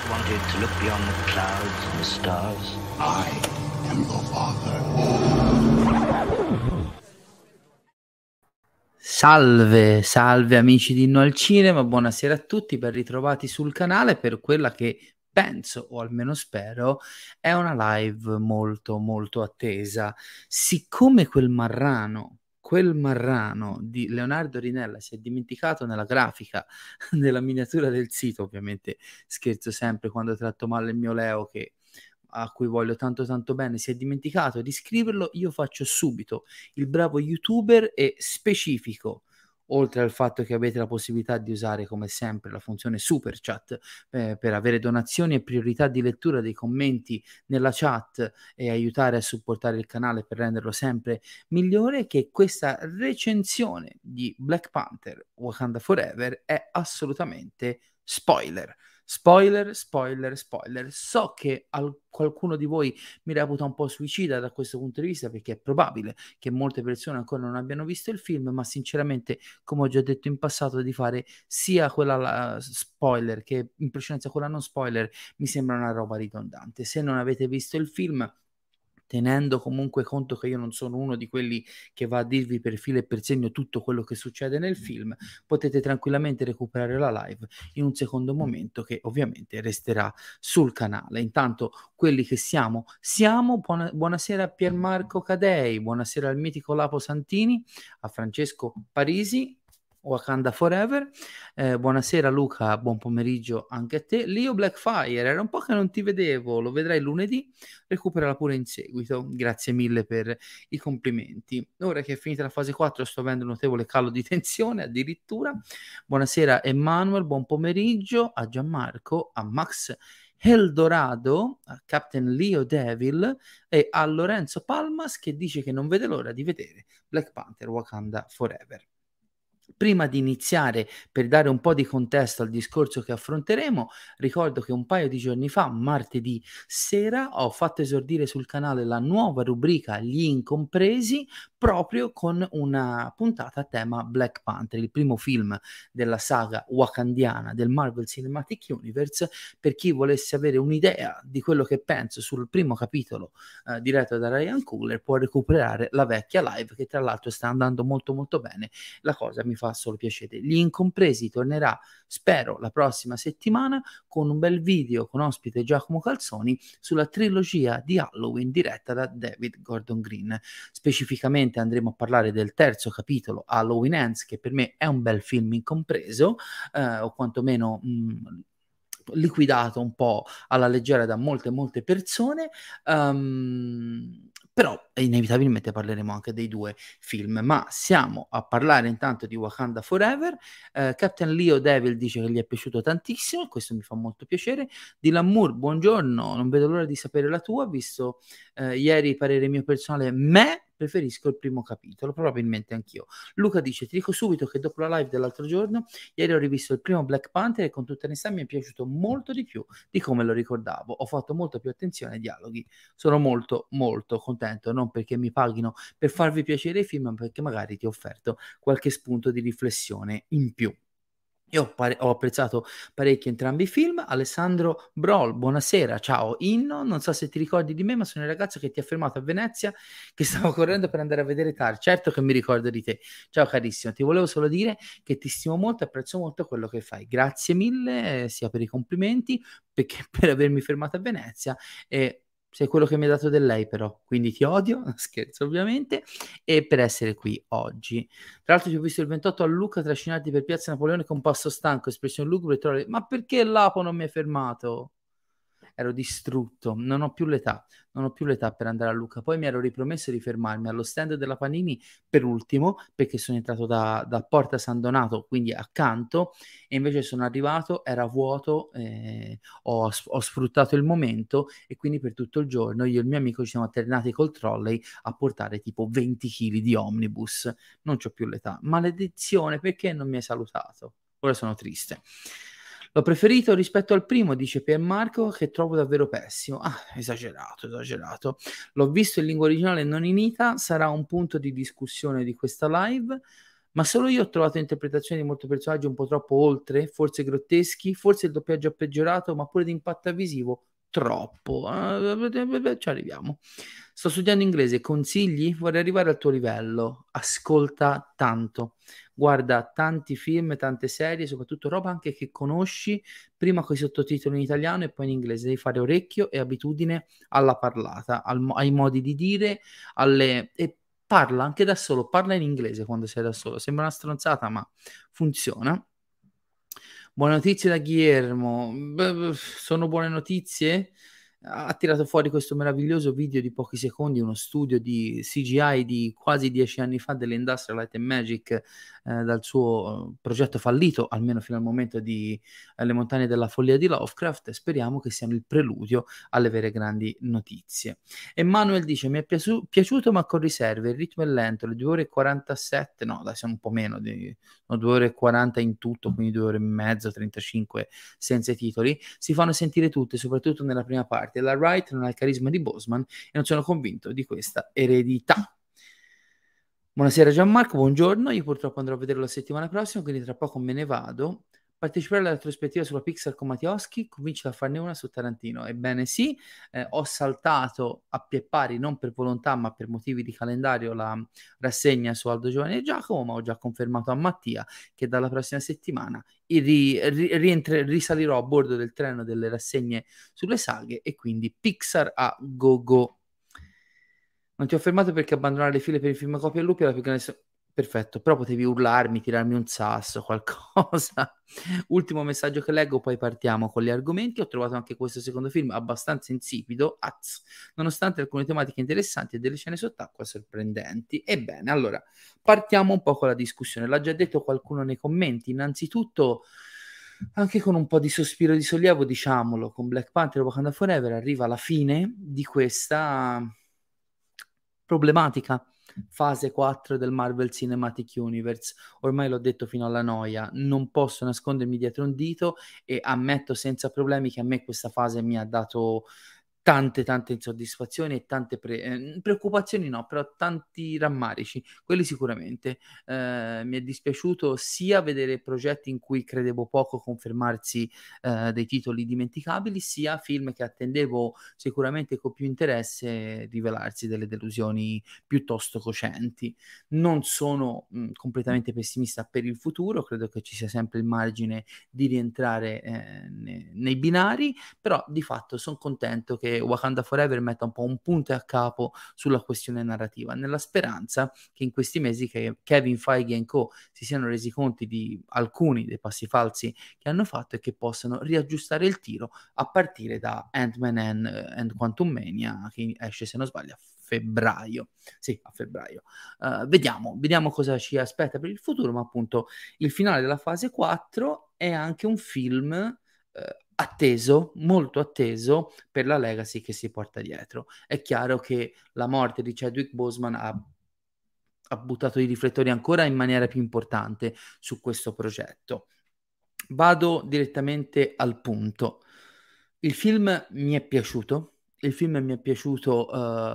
wanted to look beyond the clouds and the stars. I am your father. Salve, salve amici di Inno al Cinema, buonasera a tutti, ben ritrovati sul canale per quella che penso, o almeno spero, è una live molto molto attesa. Siccome quel marrano di Leonardo Rinella si è dimenticato nella grafica della miniatura del sito, ovviamente scherzo sempre quando tratto male il mio Leo a cui voglio tanto tanto bene, si è dimenticato di scriverlo, io faccio subito il bravo youtuber e specifico, oltre al fatto che avete la possibilità di usare come sempre la funzione super chat per avere donazioni e priorità di lettura dei commenti nella chat e aiutare a supportare il canale per renderlo sempre migliore, che questa recensione di Black Panther Wakanda Forever è assolutamente spoiler. Spoiler. So che qualcuno di voi mi reputa un po' suicida da questo punto di vista, perché è probabile che molte persone ancora non abbiano visto il film, ma sinceramente, come ho già detto in passato, di fare sia quella spoiler che in precedenza quella non spoiler mi sembra una roba ridondante. Se non avete visto il film, tenendo comunque conto che io non sono uno di quelli che va a dirvi per filo e per segno tutto quello che succede nel film, potete tranquillamente recuperare la live in un secondo momento che ovviamente resterà sul canale. Intanto quelli che siamo, buonasera a Piermarco Cadei, buonasera al mitico Lapo Santini, a Francesco Parisi, Wakanda Forever, buonasera Luca, buon pomeriggio anche a te. Leo Blackfire, era un po' che non ti vedevo, lo vedrai lunedì, recuperala pure in seguito, grazie mille per i complimenti. Ora che è finita la fase 4 sto avendo un notevole calo di tensione addirittura. Buonasera Emanuel, buon pomeriggio a Gianmarco, a Max Eldorado, a Captain Leo Devil e a Lorenzo Palmas che dice che non vede l'ora di vedere Black Panther Wakanda Forever. Prima di iniziare, per dare un po' di contesto al discorso che affronteremo, ricordo che un paio di giorni fa, martedì sera, ho fatto esordire sul canale la nuova rubrica Gli Incompresi, proprio con una puntata a tema Black Panther, il primo film della saga wakandiana del Marvel Cinematic Universe. Per chi volesse avere un'idea di quello che penso sul primo capitolo diretto da Ryan Coogler, può recuperare la vecchia live, che tra l'altro sta andando molto molto bene. La cosa mi fa solo piacere. Gli Incompresi tornerà, spero, la prossima settimana con un bel video con ospite Giacomo Calzoni sulla trilogia di Halloween diretta da David Gordon Green. Specificamente andremo a parlare del terzo capitolo, Halloween Ends, che per me è un bel film incompreso, o quantomeno liquidato un po' alla leggera da molte persone, però inevitabilmente parleremo anche dei due film, ma siamo a parlare intanto di Wakanda Forever. Captain Leo Devil dice che gli è piaciuto tantissimo, questo mi fa molto piacere. Dylan Moore, buongiorno, non vedo l'ora di sapere la tua, visto ieri parere mio personale, preferisco il primo capitolo, probabilmente anch'io. Luca dice, ti dico subito che dopo la live dell'altro giorno, ieri ho rivisto il primo Black Panther e con tutta onestà mi è piaciuto molto di più di come lo ricordavo. Ho fatto molto più attenzione ai dialoghi. Sono molto molto contento, non perché mi paghino per farvi piacere i film, ma perché magari ti ho offerto qualche spunto di riflessione in più. Io ho apprezzato parecchio entrambi i film. Alessandro Broll, buonasera, ciao. Inno, non so se ti ricordi di me, ma sono il ragazzo che ti ha fermato a Venezia, che stavo correndo per andare a vedere Tar. Certo che mi ricordo di te. Ciao carissimo, ti volevo solo dire che ti stimo molto e apprezzo molto quello che fai. Grazie mille, sia per i complimenti, perché per avermi fermato a Venezia, e sei quello che mi ha dato del lei però, quindi ti odio, scherzo ovviamente, e per essere qui oggi. Tra l'altro ti ho visto il 28 a Lucca trascinarti per Piazza Napoleone con passo stanco, espressione lugubre, ma perché l'Apo non mi ha fermato? Ero distrutto, non ho più l'età per andare a Lucca. Poi mi ero ripromesso di fermarmi allo stand della Panini per ultimo, perché sono entrato da Porta San Donato, quindi accanto, e invece sono arrivato, era vuoto, ho sfruttato il momento e quindi per tutto il giorno io e il mio amico ci siamo alternati col trolley a portare tipo 20 kg di omnibus. Non c'ho più l'età. Maledizione, perché non mi hai salutato? Ora sono triste. L'ho preferito rispetto al primo, dice Piermarco, che trovo davvero pessimo. Ah, esagerato. L'ho visto in lingua originale, non in ita, sarà un punto di discussione di questa live, ma solo io ho trovato interpretazioni di molti personaggi un po' troppo oltre, forse grotteschi, forse il doppiaggio ha peggiorato, ma pure di impatto visivo troppo. Ci arriviamo. Sto studiando inglese, consigli? Vorrei arrivare al tuo livello. Ascolta tanto, guarda tanti film, tante serie, soprattutto roba anche che conosci, prima con i sottotitoli in italiano e poi in inglese. Devi fare orecchio e abitudine alla parlata, ai modi di dire, e parla anche da solo, parla in inglese quando sei da solo. Sembra una stronzata, ma funziona. Buone notizie da Guillermo. Sono buone notizie? Ha tirato fuori questo meraviglioso video di pochi secondi, uno studio di CGI di quasi 10 anni fa dell'Industrial Light and Magic, dal suo progetto fallito, almeno fino al momento di Le montagne della follia di Lovecraft. Speriamo che siano il preludio alle vere grandi notizie. Emanuel dice: mi è piaciuto ma con riserve, il ritmo è lento, le 2 ore e 47, no dai, sono un po' meno, 2 ore e 40 in tutto, quindi 2 ore e mezzo, 35 senza i titoli, si fanno sentire tutte, soprattutto nella prima parte. La Wright non ha il carisma di Boseman e non sono convinto di questa eredità. Buonasera Gianmarco, buongiorno, io purtroppo andrò a vederlo la settimana prossima, quindi tra poco me ne vado. Partecipare alla retrospettiva sulla Pixar con Mattioschi, convincila a farne una su Tarantino. Ebbene sì, ho saltato a pie pari, non per volontà ma per motivi di calendario, la rassegna su Aldo Giovanni e Giacomo, ma ho già confermato a Mattia che dalla prossima settimana risalirò a bordo del treno delle rassegne sulle saghe e quindi Pixar a go go. Non ti ho fermato perché abbandonare le file per il film Copia e Lupi è la più grande... Perfetto, però potevi urlarmi, tirarmi un sasso, qualcosa. Ultimo messaggio che leggo, poi partiamo con gli argomenti. Ho trovato anche questo secondo film abbastanza insipido, nonostante alcune tematiche interessanti e delle scene sott'acqua sorprendenti. Ebbene, allora, partiamo un po' con la discussione. L'ha già detto qualcuno nei commenti. Innanzitutto, anche con un po' di sospiro di sollievo, diciamolo, con Black Panther e Wakanda Forever arriva alla fine di questa problematica fase 4 del Marvel Cinematic Universe. Ormai l'ho detto fino alla noia, non posso nascondermi dietro un dito e ammetto senza problemi che a me questa fase mi ha dato tante insoddisfazioni e tante preoccupazioni, no, però tanti rammarici, quelli sicuramente. Mi è dispiaciuto sia vedere progetti in cui credevo poco confermarsi dei titoli dimenticabili, sia film che attendevo sicuramente con più interesse rivelarsi delle delusioni piuttosto cocenti. Non sono completamente pessimista per il futuro, credo che ci sia sempre il margine di rientrare nei binari, però di fatto sono contento che Wakanda Forever metta un po' un punto e a capo sulla questione narrativa, nella speranza che in questi mesi che Kevin Feige e co si siano resi conti di alcuni dei passi falsi che hanno fatto e che possano riaggiustare il tiro a partire da Ant-Man and Quantumania, che esce, se non sbaglio, a febbraio. Sì, a febbraio. Vediamo cosa ci aspetta per il futuro, ma appunto il finale della fase 4 è anche un film atteso, molto atteso per la legacy che si porta dietro. È chiaro che la morte di Chadwick Boseman ha buttato i riflettori ancora in maniera più importante su questo progetto. Vado direttamente al punto. Il film mi è piaciuto. Il film mi è piaciuto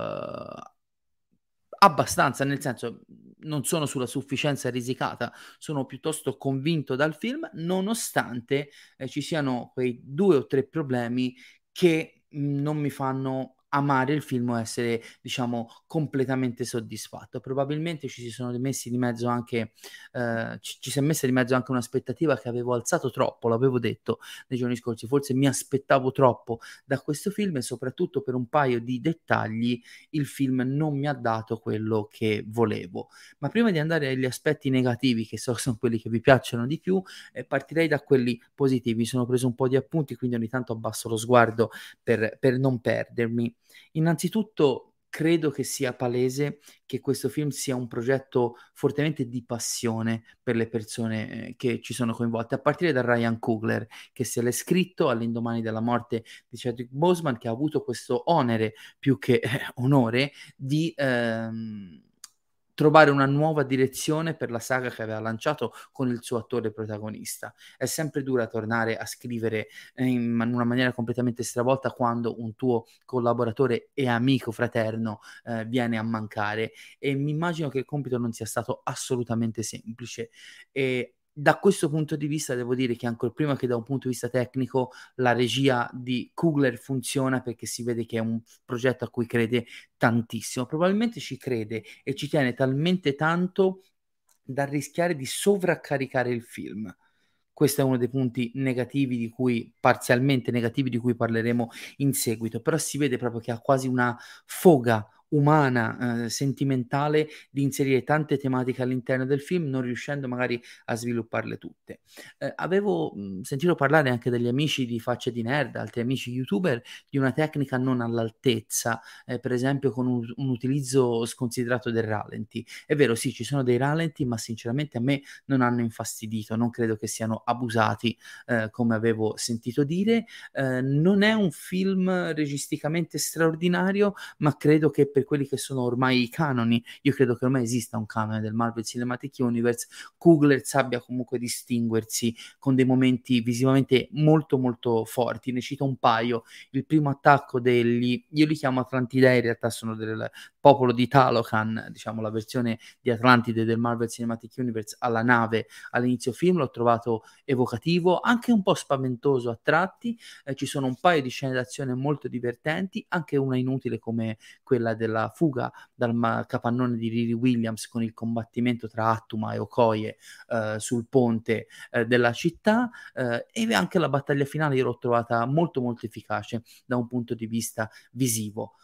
abbastanza, nel senso, non sono sulla sufficienza risicata, sono piuttosto convinto dal film, nonostante ci siano quei 2 o 3 problemi che non mi fanno amare il film o essere, diciamo, completamente soddisfatto. Probabilmente ci si sono messi di mezzo anche ci si è messa di mezzo anche un'aspettativa che avevo alzato troppo, l'avevo detto nei giorni scorsi, forse mi aspettavo troppo da questo film e soprattutto per un paio di dettagli il film non mi ha dato quello che volevo. Ma prima di andare agli aspetti negativi, che so sono quelli che vi piacciono di più, partirei da quelli positivi. Sono preso un po' di appunti, quindi ogni tanto abbasso lo sguardo per non perdermi. Innanzitutto credo che sia palese che questo film sia un progetto fortemente di passione per le persone che ci sono coinvolte, a partire da Ryan Coogler, che se l'è scritto all'indomani della morte di Chadwick Boseman, che ha avuto questo onere più che onore di trovare una nuova direzione per la saga che aveva lanciato con il suo attore protagonista. È sempre dura tornare a scrivere in una maniera completamente stravolta quando un tuo collaboratore e amico fraterno viene a mancare, e mi immagino che il compito non sia stato assolutamente semplice. E da questo punto di vista devo dire che ancor prima che da un punto di vista tecnico la regia di Coogler funziona, perché si vede che è un progetto a cui crede tantissimo. Probabilmente ci crede e ci tiene talmente tanto da rischiare di sovraccaricare il film. Questo è uno dei punti negativi di cui parzialmente negativi di cui parleremo in seguito, però si vede proprio che ha quasi una foga umana, sentimentale, di inserire tante tematiche all'interno del film, non riuscendo magari a svilupparle tutte. Avevo sentito parlare anche degli amici di Facce di Nerd, altri amici youtuber, di una tecnica non all'altezza, per esempio con un utilizzo sconsiderato del rallenti. È vero, sì, ci sono dei rallenti, ma sinceramente a me non hanno infastidito, non credo che siano abusati, come avevo sentito dire. Non è un film registicamente straordinario, ma credo che per quelli che sono ormai i canoni, io credo che ormai esista un canone del Marvel Cinematic Universe, Coogler sappia comunque distinguersi con dei momenti visivamente molto molto forti. Ne cito un paio: il primo attacco degli, io li chiamo Atlantidei, in realtà sono del popolo di Talocan, diciamo la versione di Atlantide del Marvel Cinematic Universe, alla nave all'inizio film, l'ho trovato evocativo, anche un po' spaventoso a tratti. Ci sono un paio di scene d'azione molto divertenti, anche una inutile come quella della fuga dal capannone di Riri Williams con il combattimento tra Attuma e Okoye sul ponte della città, e anche la battaglia finale io l'ho trovata molto molto efficace da un punto di vista visivo.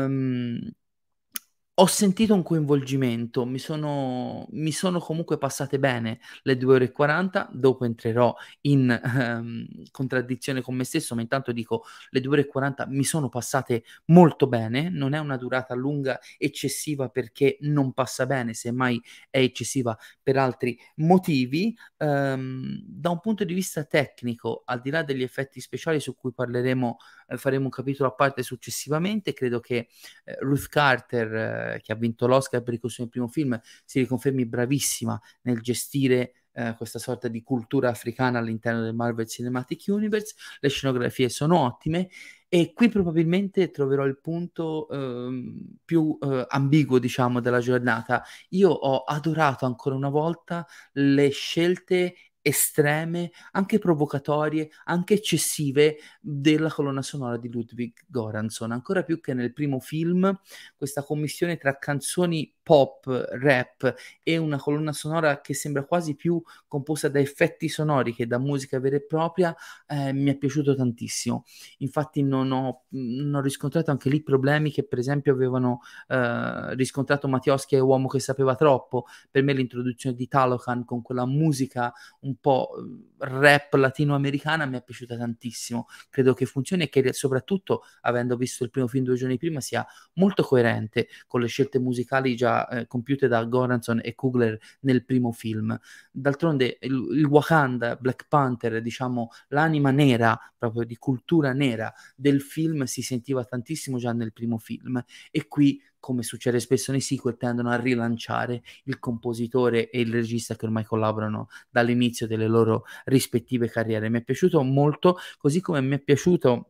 Ho sentito un coinvolgimento, mi sono comunque passate bene le 2 ore e 40, dopo entrerò in, contraddizione con me stesso, ma intanto dico le 2 ore e 40 mi sono passate molto bene, non è una durata lunga eccessiva perché non passa bene, semmai è eccessiva per altri motivi. Da un punto di vista tecnico, al di là degli effetti speciali su cui parleremo, faremo un capitolo a parte successivamente, credo che Ruth Carter, che ha vinto l'Oscar per il costume del primo film, si riconfermi bravissima nel gestire questa sorta di cultura africana all'interno del Marvel Cinematic Universe. Le scenografie sono ottime e qui probabilmente troverò il punto più ambiguo, diciamo, della giornata. Io ho adorato ancora una volta le scelte estreme, anche provocatorie, anche eccessive della colonna sonora di Ludwig Göransson, ancora più che nel primo film. Questa commissione tra canzoni pop, rap e una colonna sonora che sembra quasi più composta da effetti sonori che da musica vera e propria, mi è piaciuto tantissimo. Infatti non ho riscontrato anche lì problemi che per esempio avevano riscontrato Mattioschi e Uomo che sapeva troppo. Per me l'introduzione di Talocan con quella musica un po' rap latinoamericana mi è piaciuta tantissimo. Credo che funzioni e che soprattutto, avendo visto il primo film 2 giorni prima, sia molto coerente con le scelte musicali già compiute da Göransson e Coogler nel primo film. D'altronde il Wakanda, Black Panther, diciamo l'anima nera, proprio di cultura nera del film, si sentiva tantissimo già nel primo film, e qui, come succede spesso nei sequel, tendono a rilanciare il compositore e il regista che ormai collaborano dall'inizio delle loro rispettive carriere. Mi è piaciuto molto, così come mi è piaciuto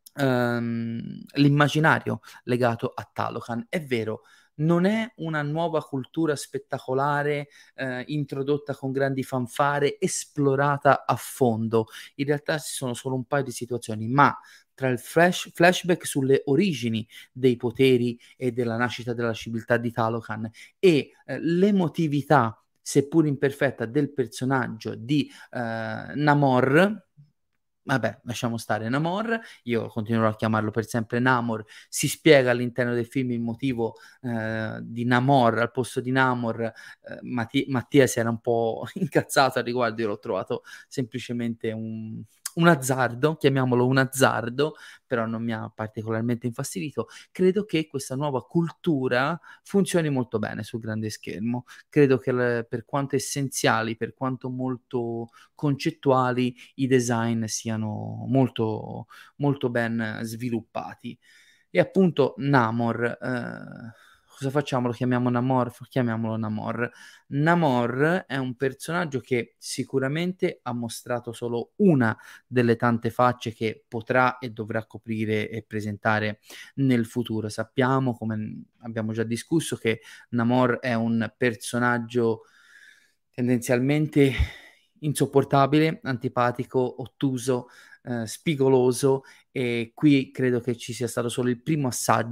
l'immaginario legato a Talocan. È vero, non è una nuova cultura spettacolare introdotta con grandi fanfare, esplorata a fondo. In realtà ci sono solo un paio di situazioni, ma tra il flashback sulle origini dei poteri e della nascita della civiltà di Talocan e l'emotività, seppur imperfetta, del personaggio di Namor. Vabbè, lasciamo stare Namor, io continuerò a chiamarlo per sempre Namor. Si spiega all'interno del film il motivo di Namor al posto di Namor. Mattia si era un po' incazzato al riguardo, io l'ho trovato semplicemente un azzardo, chiamiamolo un azzardo, però non mi ha particolarmente infastidito. Credo che questa nuova cultura funzioni molto bene sul grande schermo. Credo che per quanto essenziali, per quanto molto concettuali, i design siano molto, molto ben sviluppati. E appunto Namor, cosa facciamo? Lo chiamiamo Namor? Chiamiamolo Namor. Namor è un personaggio che sicuramente ha mostrato solo una delle tante facce che potrà e dovrà coprire e presentare nel futuro. Sappiamo, come abbiamo già discusso, che Namor è un personaggio tendenzialmente insopportabile, antipatico, ottuso, spigoloso, e qui credo che ci sia stato solo il primo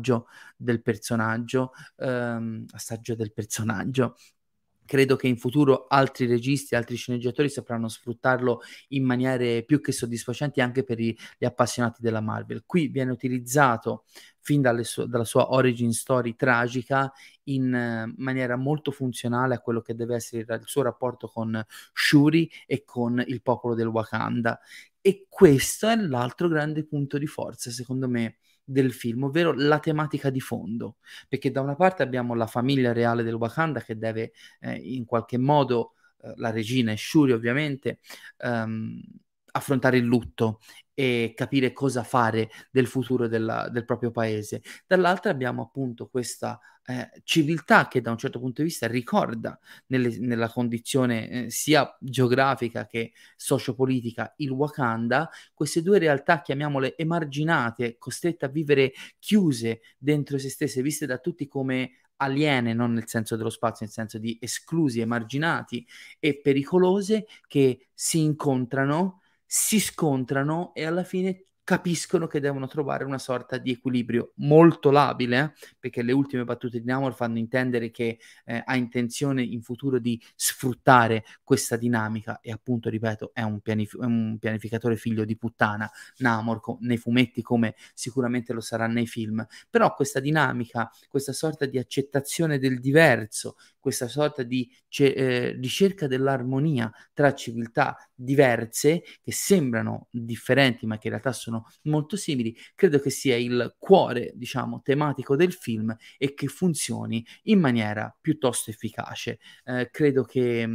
assaggio del personaggio. Credo che in futuro altri registi, altri sceneggiatori sapranno sfruttarlo in maniere più che soddisfacenti anche per gli appassionati della Marvel. Qui viene utilizzato fin dalla sua origin story tragica in maniera molto funzionale a quello che deve essere il suo rapporto con Shuri e con il popolo del Wakanda. E questo è l'altro grande punto di forza, secondo me, del film, ovvero la tematica di fondo, perché da una parte abbiamo la famiglia reale del Wakanda che deve in qualche modo, la regina e Shuri ovviamente, ehm, affrontare il lutto e capire cosa fare del futuro del proprio paese. Dall'altra abbiamo appunto questa civiltà che da un certo punto di vista ricorda nella condizione sia geografica che sociopolitica il Wakanda, queste due realtà, chiamiamole emarginate, costrette a vivere chiuse dentro se stesse, viste da tutti come aliene, non nel senso dello spazio, nel senso di esclusi, emarginati e pericolose, che si incontrano, si scontrano e alla fine capiscono che devono trovare una sorta di equilibrio molto labile, perché le ultime battute di Namor fanno intendere che ha intenzione in futuro di sfruttare questa dinamica e appunto, ripeto, è un pianificatore figlio di puttana, Namor, nei fumetti come sicuramente lo sarà nei film, però questa dinamica, questa sorta di accettazione del diverso, questa sorta di ricerca dell'armonia tra civiltà diverse che sembrano differenti ma che in realtà sono molto simili, credo che sia il cuore, diciamo, tematico del film e che funzioni in maniera piuttosto efficace. Credo che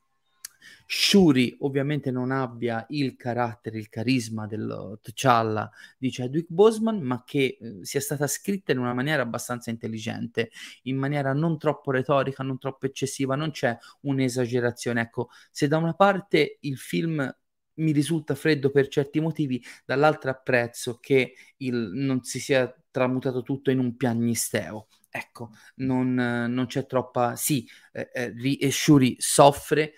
Shuri ovviamente non abbia il carattere, il carisma del T'Challa di Chadwick Boseman, ma che sia stata scritta in una maniera abbastanza intelligente, in maniera non troppo retorica, non troppo eccessiva, non c'è un'esagerazione. Ecco, se da una parte il film mi risulta freddo per certi motivi, dall'altra apprezzo che non si sia tramutato tutto in un piagnisteo. Ecco, non c'è troppa... Sì, Shuri soffre,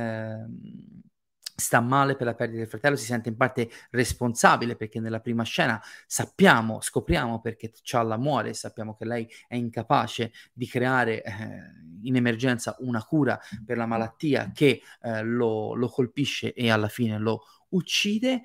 sta male per la perdita del fratello, si sente in parte responsabile perché nella prima scena scopriamo perché T'Challa muore, sappiamo che lei è incapace di creare in emergenza una cura per la malattia che lo colpisce e alla fine lo uccide.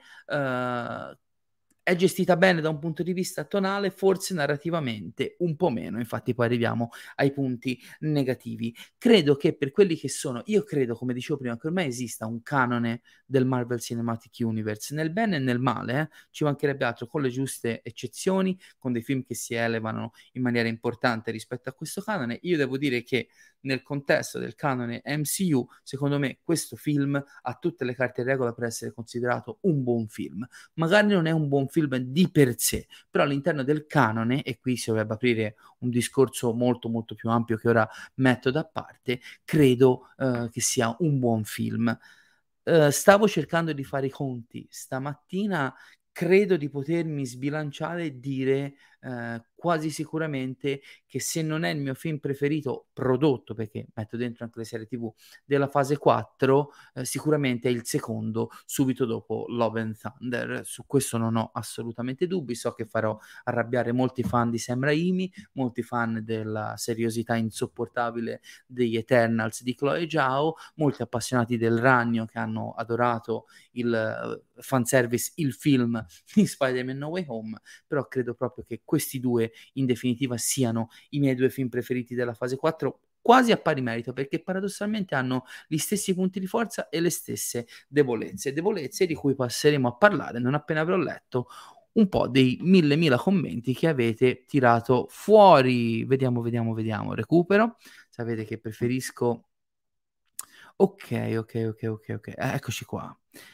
È gestita bene da un punto di vista tonale, forse narrativamente un po' meno, infatti poi arriviamo ai punti negativi. Credo che per quelli che sono, io credo, come dicevo prima, che ormai esista un canone del Marvel Cinematic Universe, nel bene e nel male, ci mancherebbe altro, con le giuste eccezioni, con dei film che si elevano in maniera importante rispetto a questo canone. Io devo dire che nel contesto del canone MCU, secondo me questo film ha tutte le carte in regola per essere considerato un buon film. Magari non è un buon film di per sé, però all'interno del canone, e qui si dovrebbe aprire un discorso molto molto più ampio che ora metto da parte, credo che sia un buon film. Stavo cercando di fare i conti stamattina, credo di potermi sbilanciare e dire quasi sicuramente che se non è il mio film preferito prodotto, perché metto dentro anche le serie TV della fase 4, sicuramente è il secondo, subito dopo Love and Thunder. Su questo non ho assolutamente dubbi, so che farò arrabbiare molti fan di Sam Raimi, molti fan della seriosità insopportabile degli Eternals di Chloe Zhao, molti appassionati del ragno che hanno adorato il fanservice, il film di Spider-Man No Way Home, però credo proprio che questi due in definitiva siano i miei due film preferiti della fase 4, quasi a pari merito, perché paradossalmente hanno gli stessi punti di forza e le stesse debolezze di cui passeremo a parlare non appena avrò letto un po' dei mille commenti che avete tirato fuori. Vediamo, recupero. Sapete che preferisco... Ok. Eccoci qua.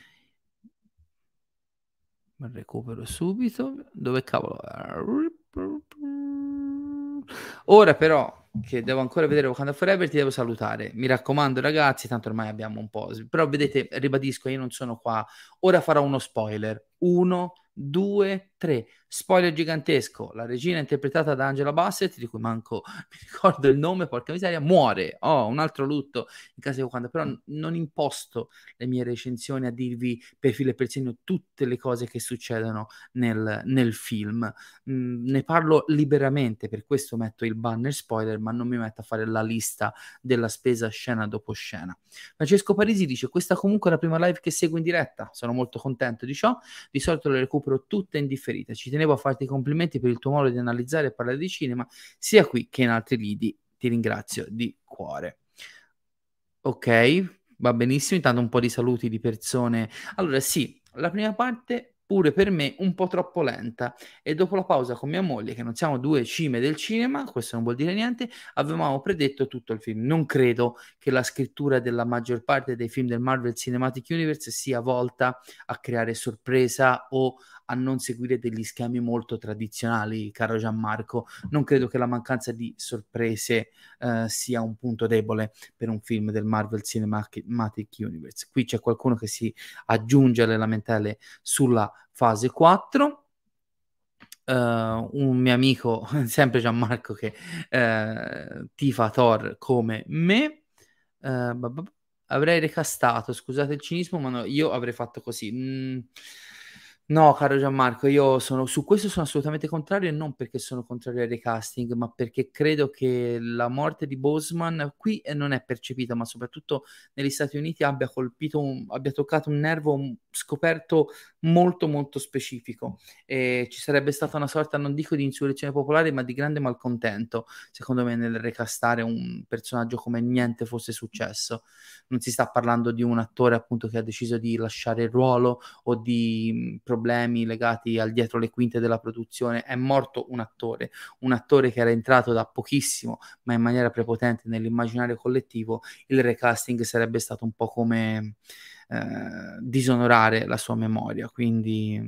Recupero subito. Dove cavolo? Ora però che devo ancora vedere Wakanda Forever, ti devo salutare. Mi raccomando, ragazzi, tanto ormai abbiamo un po'. Però vedete, ribadisco, io non sono qua. Ora farò uno spoiler. 1, 2, 3. Spoiler gigantesco. La regina interpretata da Angela Bassett, di cui manco mi ricordo il nome, porca miseria, muore. Oh, un altro lutto in casa di Wakanda. Però non imposto le mie recensioni a dirvi per filo e per segno tutte le cose che succedono nel film. Ne parlo liberamente, per questo metto il banner spoiler, ma non mi metto a fare la lista della spesa scena dopo scena. Francesco Parisi dice: questa comunque è la prima live che seguo in diretta, sono molto contento di ciò, di solito le recupero tutte in differita, ci tenevo a farti i complimenti per il tuo modo di analizzare e parlare di cinema sia qui che in altri lidi, ti ringrazio di cuore. Ok, va benissimo, intanto un po' di saluti di persone. Allora sì, la prima parte pure per me un po' troppo lenta, e dopo la pausa con mia moglie, che non siamo due cime del cinema, questo non vuol dire niente, avevamo predetto tutto il film. Non credo che la scrittura della maggior parte dei film del Marvel Cinematic Universe sia volta a creare sorpresa o a non seguire degli schemi molto tradizionali, caro Gianmarco. Non credo che la mancanza di sorprese sia un punto debole per un film del Marvel Cinematic Universe. Qui c'è qualcuno che si aggiunge alle lamentele sulla fase 4. Un mio amico, sempre Gianmarco, che tifa Thor come me. Avrei recastato, scusate il cinismo, ma no, io avrei fatto così. No, caro Gianmarco, io sono su questo sono assolutamente contrario, e non perché sono contrario al recasting, ma perché credo che la morte di Boseman qui non è percepita, ma soprattutto negli Stati Uniti abbia abbia toccato un nervo scoperto molto molto specifico, e ci sarebbe stata una sorta, non dico di insurrezione popolare, ma di grande malcontento, secondo me, nel recastare un personaggio come niente fosse successo. Non si sta parlando di un attore appunto che ha deciso di lasciare il ruolo o di problemi legati al dietro le quinte della produzione. È morto un attore che era entrato da pochissimo, ma in maniera prepotente nell'immaginario collettivo. Il recasting sarebbe stato un po' come disonorare la sua memoria, quindi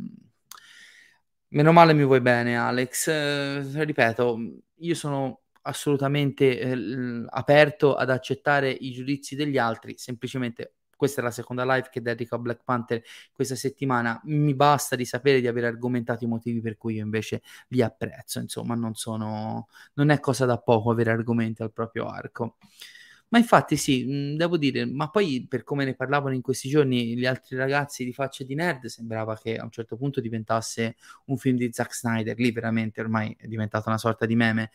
meno male mi vuoi bene, Alex. Ripeto, io sono assolutamente aperto ad accettare i giudizi degli altri, semplicemente questa è la seconda live che dedico a Black Panther questa settimana, mi basta di sapere di aver argomentato i motivi per cui io invece li apprezzo, insomma, non è cosa da poco avere argomenti al proprio arco. Ma infatti sì, devo dire, ma poi per come ne parlavano in questi giorni gli altri ragazzi di Facce di Nerd, sembrava che a un certo punto diventasse un film di Zack Snyder. Lì veramente ormai è diventata una sorta di meme,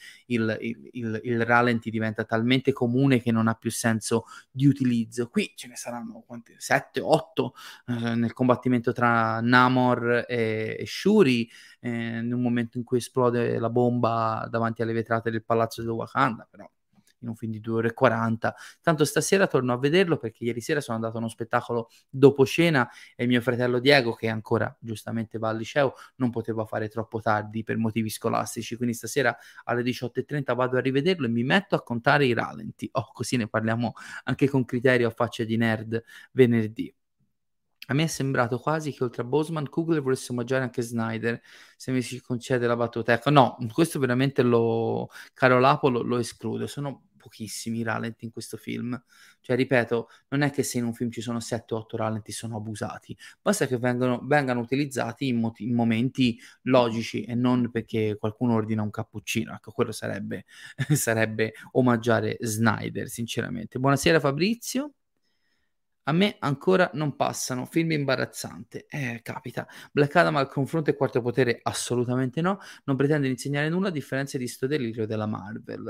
il rallenti diventa talmente comune che non ha più senso di utilizzo. Qui ce ne saranno 7, 8 nel combattimento tra Namor e Shuri, in un momento in cui esplode la bomba davanti alle vetrate del palazzo di Wakanda, però in un film di 2 ore e 40. Tanto stasera torno a vederlo, perché ieri sera sono andato a uno spettacolo dopo cena e mio fratello Diego, che ancora giustamente va al liceo, non poteva fare troppo tardi per motivi scolastici, quindi stasera alle 18:30 vado a rivederlo e mi metto a contare i rallenti. Così ne parliamo anche con criterio a Facce di Nerd venerdì. A me è sembrato quasi che oltre a Boseman, Coogler volesse omaggiare anche Snyder, se mi si concede la battuta. Ecco, no, questo veramente caro Lapo, lo escludo. Sono pochissimi i rallenti in questo film. Cioè, ripeto, non è che se in un film ci sono 7-8 rallenti sono abusati. Basta che vengano utilizzati in momenti logici e non perché qualcuno ordina un cappuccino. Ecco, quello sarebbe omaggiare Snyder, sinceramente. Buonasera Fabrizio. A me ancora non passano, film imbarazzante. Capita. Black Adam al confronto e Quarto Potere? Assolutamente no. Non pretende di insegnare nulla, a differenza di sto delirio della Marvel.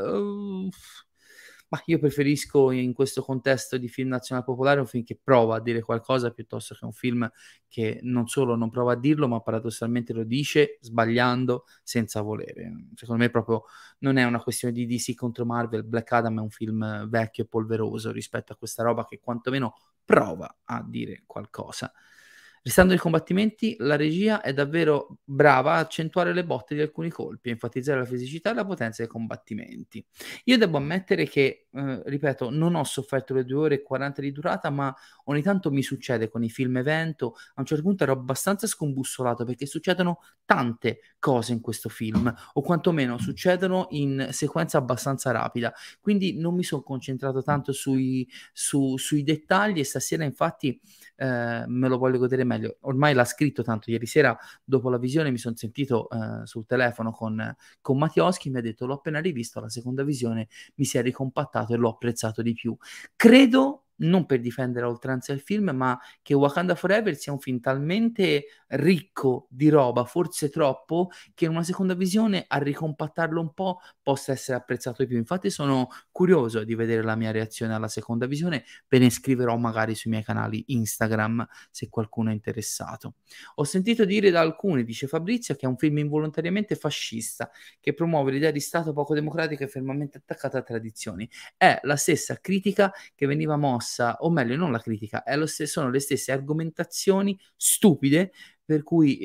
Ma io preferisco in questo contesto di film nazionale popolare un film che prova a dire qualcosa, piuttosto che un film che non solo non prova a dirlo, ma paradossalmente lo dice sbagliando senza volere. Secondo me proprio non è una questione di DC contro Marvel. Black Adam è un film vecchio e polveroso rispetto a questa roba che quantomeno prova a dire qualcosa. Restando ai combattimenti, la regia è davvero brava a accentuare le botte di alcuni colpi, a enfatizzare la fisicità e la potenza dei combattimenti. Io devo ammettere che, ripeto, non ho sofferto le 2 ore e 40 di durata, ma ogni tanto mi succede con i film evento, a un certo punto ero abbastanza scombussolato perché succedono tante cose in questo film, o quantomeno succedono in sequenza abbastanza rapida, quindi non mi son concentrato tanto sui dettagli e stasera infatti me lo voglio godere meglio. Ormai l'ha scritto, tanto ieri sera dopo la visione mi son sentito sul telefono con Mattioschi, mi ha detto: "L'ho appena rivisto, alla seconda visione mi si è ricompattato e l'ho apprezzato di più". Credo, non per difendere a oltranza il film, ma che Wakanda Forever sia un film talmente ricco di roba, forse troppo, che in una seconda visione a ricompattarlo un po' possa essere apprezzato di più. Infatti sono curioso di vedere la mia reazione alla seconda visione, ve ne scriverò magari sui miei canali Instagram se qualcuno è interessato. Ho sentito dire da alcuni, dice Fabrizio, che è un film involontariamente fascista, che promuove l'idea di Stato poco democratico e fermamente attaccato a tradizioni. È la stessa critica che veniva mossa, o meglio, non la critica, sono le stesse argomentazioni stupide per cui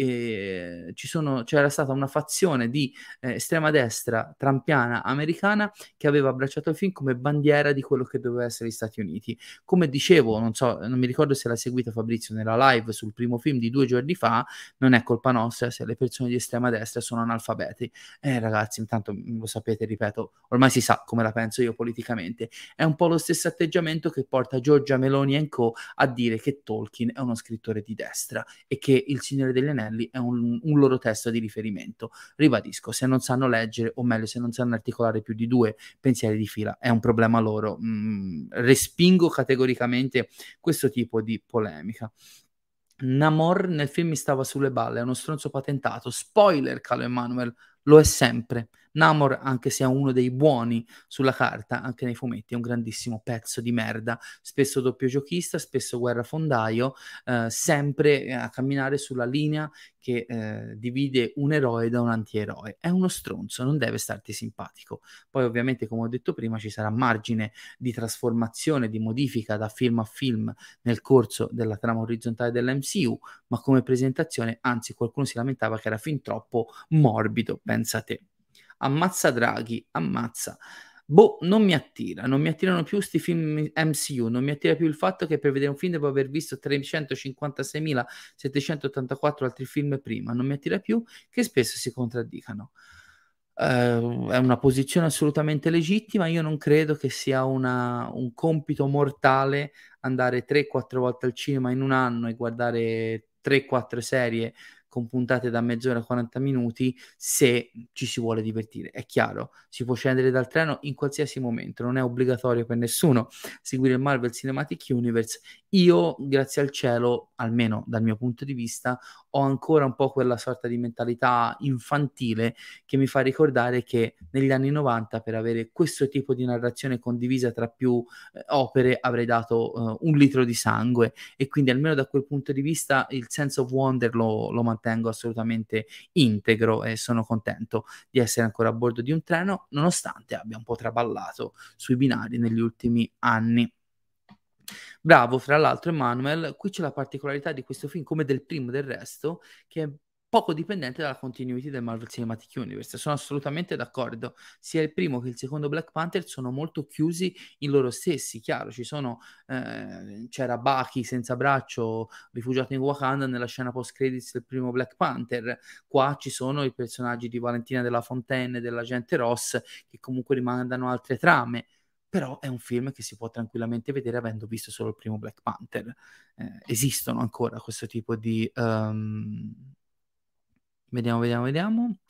c'era stata una fazione di estrema destra trampiana americana che aveva abbracciato il film come bandiera di quello che doveva essere gli Stati Uniti. Come dicevo, non mi ricordo se l'ha seguita Fabrizio nella live sul primo film di 2 giorni fa, non è colpa nostra se le persone di estrema destra sono analfabeti. Ragazzi, intanto lo sapete, ripeto, ormai si sa come la penso io politicamente. È un po' lo stesso atteggiamento che porta Giorgia Meloni & Co a dire che Tolkien è uno scrittore di destra e che Il Signore degli Anelli è un loro testo di riferimento. Ribadisco, se non sanno leggere, o meglio, se non sanno articolare più di 2 pensieri di fila, è un problema loro. Respingo categoricamente questo tipo di polemica. Namor nel film mi stava sulle balle, è uno stronzo patentato. Spoiler, caro Emanuel, lo è sempre. Namor, anche se è uno dei buoni sulla carta, anche nei fumetti, è un grandissimo pezzo di merda, spesso doppio giochista, spesso guerrafondaio, sempre a camminare sulla linea che divide un eroe da un antieroe. È uno stronzo, non deve starti simpatico. Poi ovviamente, come ho detto prima, ci sarà margine di trasformazione, di modifica da film a film nel corso della trama orizzontale dell'MCU, ma come presentazione, anzi, qualcuno si lamentava che era fin troppo morbido, pensa te. Ammazza Draghi, ammazza. Boh, non mi attirano più 'sti film MCU, non mi attira più il fatto che per vedere un film devo aver visto 356.784 altri film prima, non mi attira più che spesso si contraddicano. È una posizione assolutamente legittima, io non credo che sia un compito mortale andare 3, 4 volte al cinema in 1 anno e guardare 3, 4 serie con puntate da mezz'ora, 40 minuti, se ci si vuole divertire. È chiaro, si può scendere dal treno in qualsiasi momento, non è obbligatorio per nessuno seguire il Marvel Cinematic Universe. Io, grazie al cielo, almeno dal mio punto di vista, ho ancora un po' quella sorta di mentalità infantile che mi fa ricordare che negli anni '90 per avere questo tipo di narrazione condivisa tra più, opere avrei dato, 1 litro di sangue, e quindi almeno da quel punto di vista il sense of wonder lo mantengo assolutamente integro e sono contento di essere ancora a bordo di un treno, nonostante abbia un po' traballato sui binari negli ultimi anni. Bravo, fra l'altro Emanuel, qui c'è la particolarità di questo film, come del primo del resto, che è poco dipendente dalla continuity del Marvel Cinematic Universe. Sono assolutamente d'accordo. Sia il primo che il secondo Black Panther sono molto chiusi in loro stessi. Chiaro, c'era Bucky senza braccio, rifugiato in Wakanda nella scena post credits del primo Black Panther. Qua ci sono i personaggi di Valentina della Fontaine e dell'agente Ross che comunque rimandano altre trame. Però è un film che si può tranquillamente vedere avendo visto solo il primo Black Panther. Esistono ancora questo tipo di vediamo.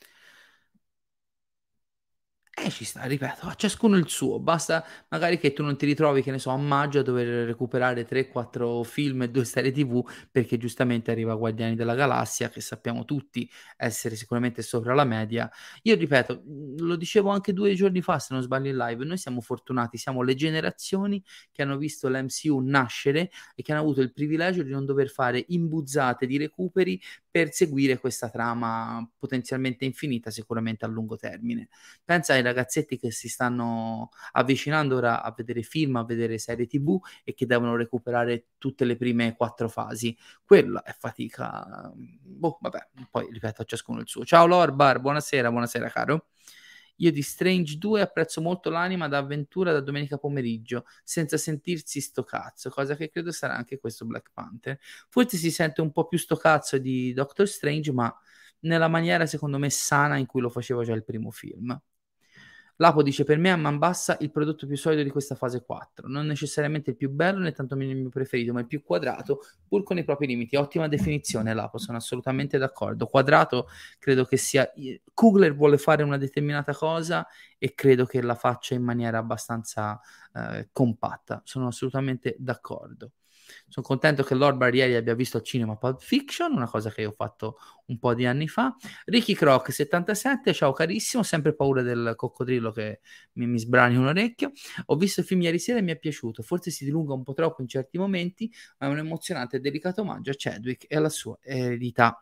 Ci sta, ripeto, a ciascuno il suo. Basta magari che tu non ti ritrovi, che ne so, a maggio a dover recuperare 3, 4 film e 2 serie TV, perché giustamente arriva Guardiani della Galassia, che sappiamo tutti essere sicuramente sopra la media. Io ripeto, lo dicevo anche 2 giorni fa, se non sbaglio in live, noi siamo fortunati, siamo le generazioni che hanno visto l'MCU nascere e che hanno avuto il privilegio di non dover fare imbuzzate di recuperi perseguire questa trama potenzialmente infinita, sicuramente a lungo termine. Pensa ai ragazzetti che si stanno avvicinando ora a vedere film, a vedere serie TV e che devono recuperare tutte le prime 4 fasi. Quella è fatica. Boh, vabbè, poi ripeto, a ciascuno il suo. Ciao Lorbar, buonasera, buonasera caro. Io di Strange 2 apprezzo molto l'anima d'avventura da domenica pomeriggio, senza sentirsi sto cazzo, cosa che credo sarà anche questo Black Panther. Forse si sente un po' più sto cazzo di Doctor Strange, ma nella maniera secondo me sana in cui lo faceva già il primo film. Lapo dice: per me a man bassa il prodotto più solido di questa fase 4, non necessariamente il più bello né tantomeno il mio preferito, ma il più quadrato, pur con i propri limiti. Ottima definizione, Lapo, sono assolutamente d'accordo. Quadrato credo che sia... Kugler vuole fare una determinata cosa e credo che la faccia in maniera abbastanza compatta, sono assolutamente d'accordo. Sono contento che Lord Barrieri abbia visto al cinema Pulp Fiction, una cosa che io ho fatto un po' di anni fa. Ricky Croc 77, ciao carissimo, sempre paura del coccodrillo che mi sbrani un orecchio. Ho visto il film ieri sera e mi è piaciuto, forse si dilunga un po' troppo in certi momenti, ma è un emozionante e delicato omaggio a Chadwick e alla sua eredità.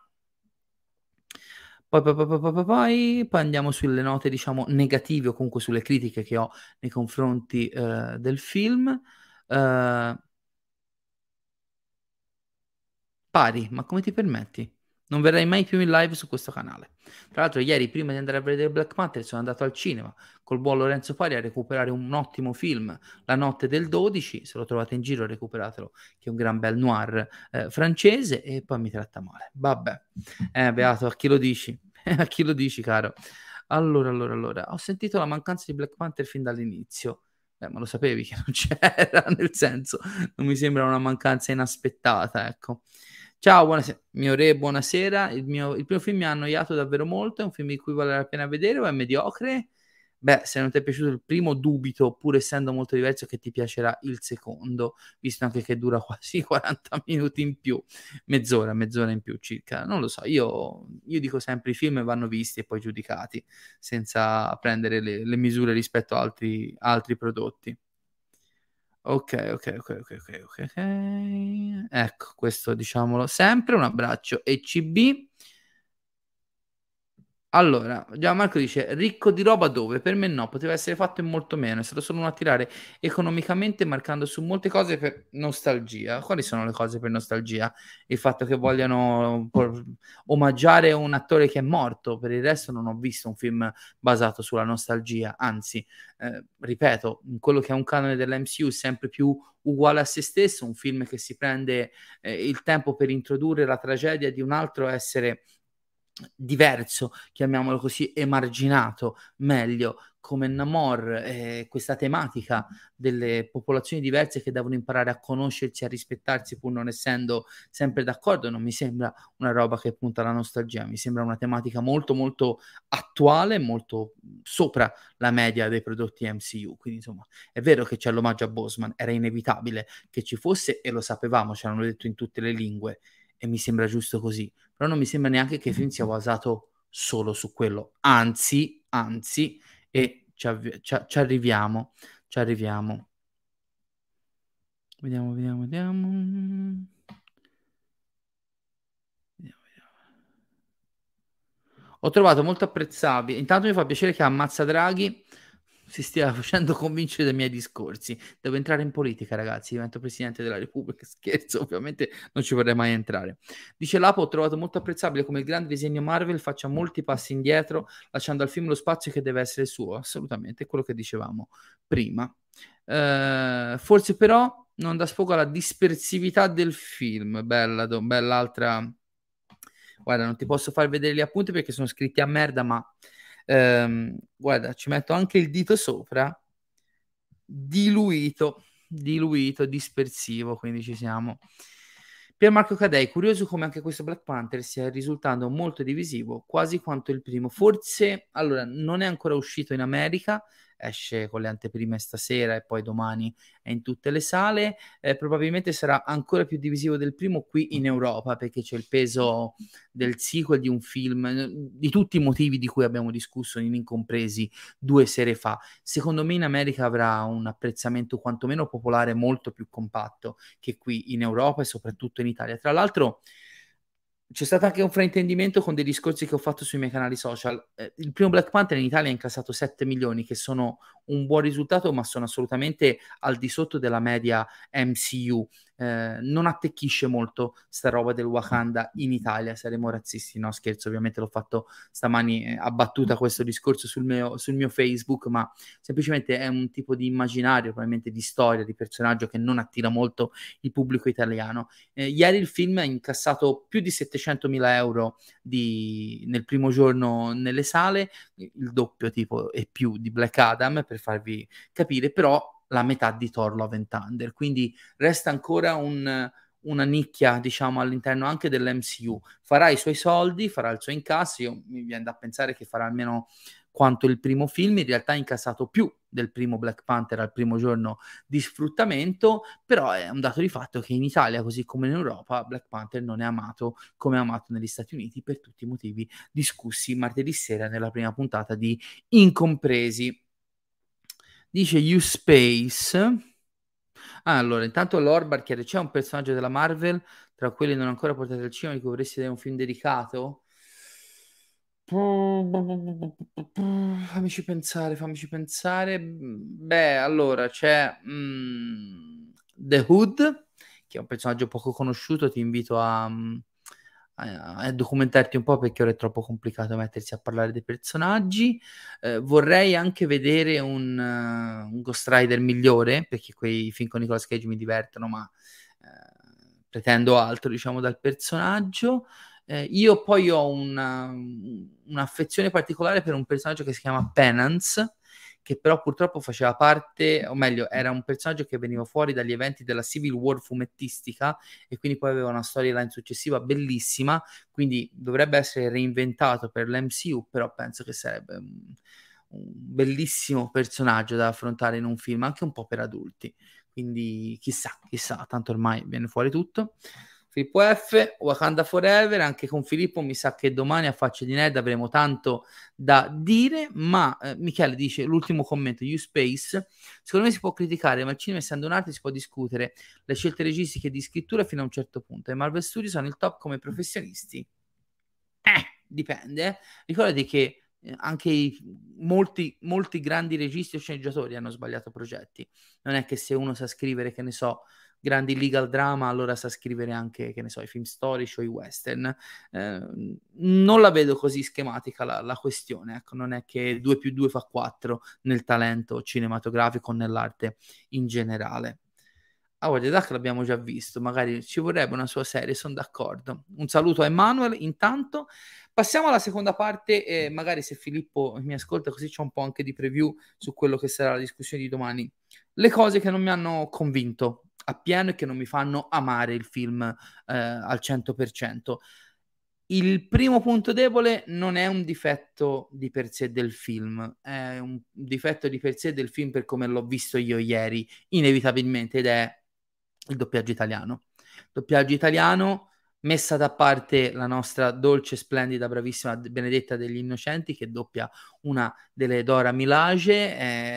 Poi andiamo sulle note, diciamo, negative o comunque sulle critiche che ho nei confronti del film. Pari, ma come ti permetti? Non verrai mai più in live su questo canale. Tra l'altro, ieri, prima di andare a vedere Black Panther, sono andato al cinema col buon Lorenzo Pari a recuperare un ottimo film, La notte del 12. Se lo trovate in giro, recuperatelo, che è un gran bel noir francese. E poi mi tratta male. Vabbè, Beato, a chi lo dici? A chi lo dici, caro? Allora, ho sentito la mancanza di Black Panther fin dall'inizio. Ma lo sapevi che non c'era, nel senso, non mi sembra una mancanza inaspettata, ecco. Ciao, buonasera, mio re, buonasera. Il primo film mi ha annoiato davvero molto, è un film di cui vale la pena vedere o è mediocre? Beh, se non ti è piaciuto il primo, dubito, pur essendo molto diverso, che ti piacerà il secondo, visto anche che dura quasi 40 minuti in più, mezz'ora in più circa. Non lo so, io dico sempre i film vanno visti e poi giudicati, senza prendere le misure rispetto a altri prodotti. Ok. Ecco, questo diciamolo sempre. Un abbraccio ECB. Allora, Gianmarco dice, ricco di roba dove? Per me no, poteva essere fatto in molto meno, è stato solo un attirare economicamente marcando su molte cose per nostalgia. Quali sono le cose per nostalgia? Il fatto che vogliano omaggiare un attore che è morto, per il resto non ho visto un film basato sulla nostalgia, anzi, ripeto, quello che è un canone dell'MCU sempre più uguale a se stesso, un film che si prende il tempo per introdurre la tragedia di un altro essere diverso, chiamiamolo così, emarginato, meglio, come Namor, questa tematica delle popolazioni diverse che devono imparare a conoscersi, a rispettarsi pur non essendo sempre d'accordo, non mi sembra una roba che punta alla nostalgia, mi sembra una tematica molto molto attuale, molto sopra la media dei prodotti MCU, quindi insomma è vero che c'è l'omaggio a Boseman, era inevitabile che ci fosse e lo sapevamo, ce l'hanno detto in tutte le lingue e mi sembra giusto così, però non mi sembra neanche che il film sia basato solo su quello, anzi, e ci arriviamo. Vediamo. Ho trovato molto apprezzabile. Intanto mi fa piacere che Ammazza Draghi si stia facendo convincere dai miei discorsi. Devo entrare in politica, ragazzi. Divento presidente della Repubblica. Scherzo, ovviamente non ci vorrei mai entrare. Dice Lapo: ho trovato molto apprezzabile come il grande disegno Marvel faccia molti passi indietro, lasciando al film lo spazio che deve essere suo. Assolutamente, è quello che dicevamo prima. Forse però non dà sfogo alla dispersività del film. Bella altra. Guarda, non ti posso far vedere gli appunti perché sono scritti a merda, ma guarda, ci metto anche il dito sopra. Diluito, dispersivo, quindi ci siamo. Piermarco Cadei, curioso come anche questo Black Panther stia risultando molto divisivo, quasi quanto il primo. Forse, allora, non è ancora uscito in America, esce con le anteprime stasera e poi domani è in tutte le sale, probabilmente sarà ancora più divisivo del primo qui in Europa, perché c'è il peso del sequel di un film, di tutti i motivi di cui abbiamo discusso, incompresi 2 sere fa. Secondo me in America avrà un apprezzamento quantomeno popolare molto più compatto che qui in Europa e soprattutto in Italia. Tra l'altro c'è stato anche un fraintendimento con dei discorsi che ho fatto sui miei canali social. Il primo Black Panther in Italia ha incassato 7 milioni, che sono un buon risultato, ma sono assolutamente al di sotto della media MCU. Non attecchisce molto sta roba del Wakanda in Italia, saremo razzisti, no scherzo, ovviamente l'ho fatto stamani a battuta questo discorso sul mio Facebook, ma semplicemente è un tipo di immaginario, probabilmente di storia, di personaggio che non attira molto il pubblico italiano. Ieri il film ha incassato più di 700.000 euro nel primo giorno nelle sale, il doppio tipo e più di Black Adam, per farvi capire, però la metà di Thor Love and Thunder, quindi resta ancora una nicchia, diciamo, all'interno anche dell'MCU. Farà i suoi soldi, farà il suo incasso, io mi viene da pensare che farà almeno quanto il primo film, in realtà ha incassato più del primo Black Panther al primo giorno di sfruttamento, però è un dato di fatto che in Italia, così come in Europa, Black Panther non è amato come è amato negli Stati Uniti per tutti i motivi discussi martedì sera nella prima puntata di Incompresi. Dice U-Space. Allora, intanto Lorbar chiede: c'è un personaggio della Marvel tra quelli non ancora portati al cinema di cui vorresti vedere un film dedicato? Fammici pensare. Beh, allora c'è The Hood, che è un personaggio poco conosciuto. Ti invito a documentarti un po', perché ora è troppo complicato mettersi a parlare dei personaggi. Vorrei anche vedere un Ghost Rider migliore, perché quei film con Nicolas Cage mi divertono, ma pretendo altro, diciamo, dal personaggio. Io poi ho un'affezione particolare per un personaggio che si chiama Penance, che però purtroppo faceva parte, o meglio, era un personaggio che veniva fuori dagli eventi della Civil War fumettistica, e quindi poi aveva una storyline successiva bellissima, quindi dovrebbe essere reinventato per l'MCU, però penso che sarebbe un bellissimo personaggio da affrontare in un film, anche un po' per adulti. Quindi chissà, tanto ormai viene fuori tutto. Filippo F, Wakanda Forever, anche con Filippo mi sa che domani a Facce di Nerd avremo tanto da dire, ma Michele dice, l'ultimo commento, U-Space, secondo me si può criticare, ma il cinema essendo un'arte si può discutere le scelte registiche di scrittura fino a un certo punto, e Marvel Studios sono il top come professionisti. Dipende. Ricordati che anche molti grandi registi o sceneggiatori hanno sbagliato progetti. Non è che se uno sa scrivere, che ne so, grandi legal drama, allora sa scrivere anche, che ne so, i film storici o i western. Non la vedo così schematica la questione, ecco, non è che 2 più 2 fa 4 nel talento cinematografico o nell'arte in generale. Howard the Duck l'abbiamo già visto, magari ci vorrebbe una sua serie, sono d'accordo. Un saluto a Emanuele. Intanto passiamo alla seconda parte, e magari se Filippo mi ascolta, così c'è un po' anche di preview su quello che sarà la discussione di domani. Le cose che non mi hanno convinto appieno e che non mi fanno amare il film al 100%. Il primo punto debole non è un difetto di per sé del film, è un difetto di per sé del film per come l'ho visto io ieri, inevitabilmente, ed è il doppiaggio italiano. Doppiaggio italiano, messa da parte la nostra dolce, splendida, bravissima Benedetta degli Innocenti, che doppia una delle Dora Milaje,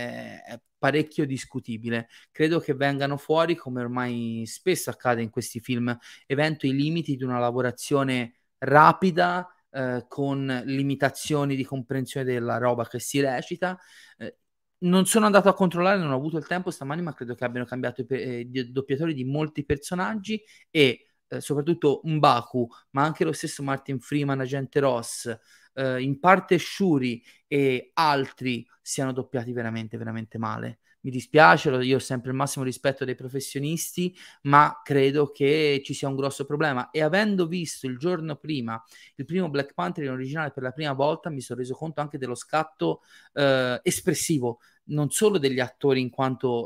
è parecchio discutibile. Credo che vengano fuori, come ormai spesso accade in questi film, evento i limiti di una lavorazione rapida, con limitazioni di comprensione della roba che si recita. Non sono andato a controllare, non ho avuto il tempo stamani, ma credo che abbiano cambiato i doppiatori di molti personaggi, e soprattutto M'Baku, ma anche lo stesso Martin Freeman, Agente Ross, in parte Shuri e altri siano doppiati veramente, veramente male. Mi dispiace, io ho sempre il massimo rispetto dei professionisti, ma credo che ci sia un grosso problema. E avendo visto il giorno prima il primo Black Panther in originale per la prima volta, mi sono reso conto anche dello scatto espressivo, non solo degli attori in quanto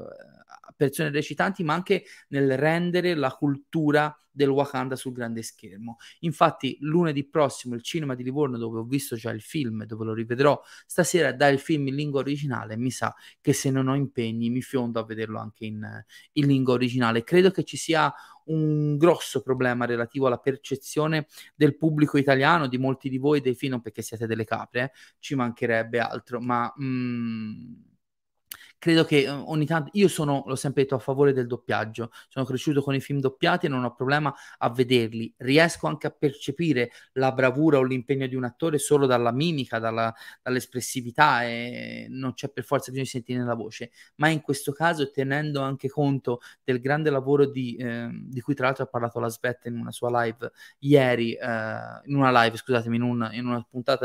persone recitanti, ma anche nel rendere la cultura del Wakanda sul grande schermo. Infatti lunedì prossimo il cinema di Livorno, dove ho visto già il film, dove lo rivedrò stasera, dà il film in lingua originale. Mi sa che se non ho impegni mi fiondo a vederlo anche in lingua originale. Credo che ci sia un grosso problema relativo alla percezione del pubblico italiano, di molti di voi, dei film, non perché siete delle capre, ci mancherebbe altro, ma credo che ogni tanto io l'ho sempre detto, a favore del doppiaggio. Sono cresciuto con i film doppiati e non ho problema a vederli. Riesco anche a percepire la bravura o l'impegno di un attore solo dalla mimica, dall'espressività, e non c'è per forza bisogno di sentire nella voce. Ma in questo caso, tenendo anche conto del grande lavoro di cui tra l'altro ha parlato la Svetta in una sua live ieri, in una puntata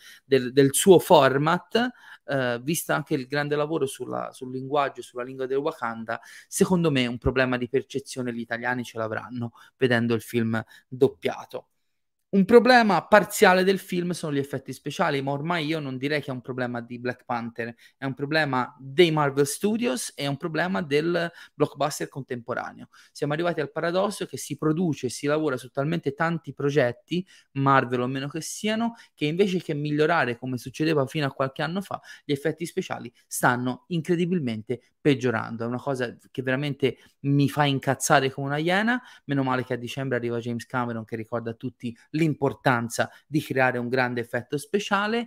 del suo format, vista anche il grande lavoro sul linguaggio, sulla lingua del Wakanda, secondo me un problema di percezione gli italiani ce l'avranno vedendo il film doppiato. Un problema parziale del film sono gli effetti speciali, ma ormai io non direi che è un problema di Black Panther, è un problema dei Marvel Studios, è un problema del blockbuster contemporaneo. Siamo arrivati al paradosso che si produce e si lavora su talmente tanti progetti, Marvel o meno che siano, che invece che migliorare come succedeva fino a qualche anno fa, gli effetti speciali stanno incredibilmente peggiorando. È una cosa che veramente mi fa incazzare come una iena. Meno male che a dicembre arriva James Cameron, che ricorda a tutti l'importanza di creare un grande effetto speciale,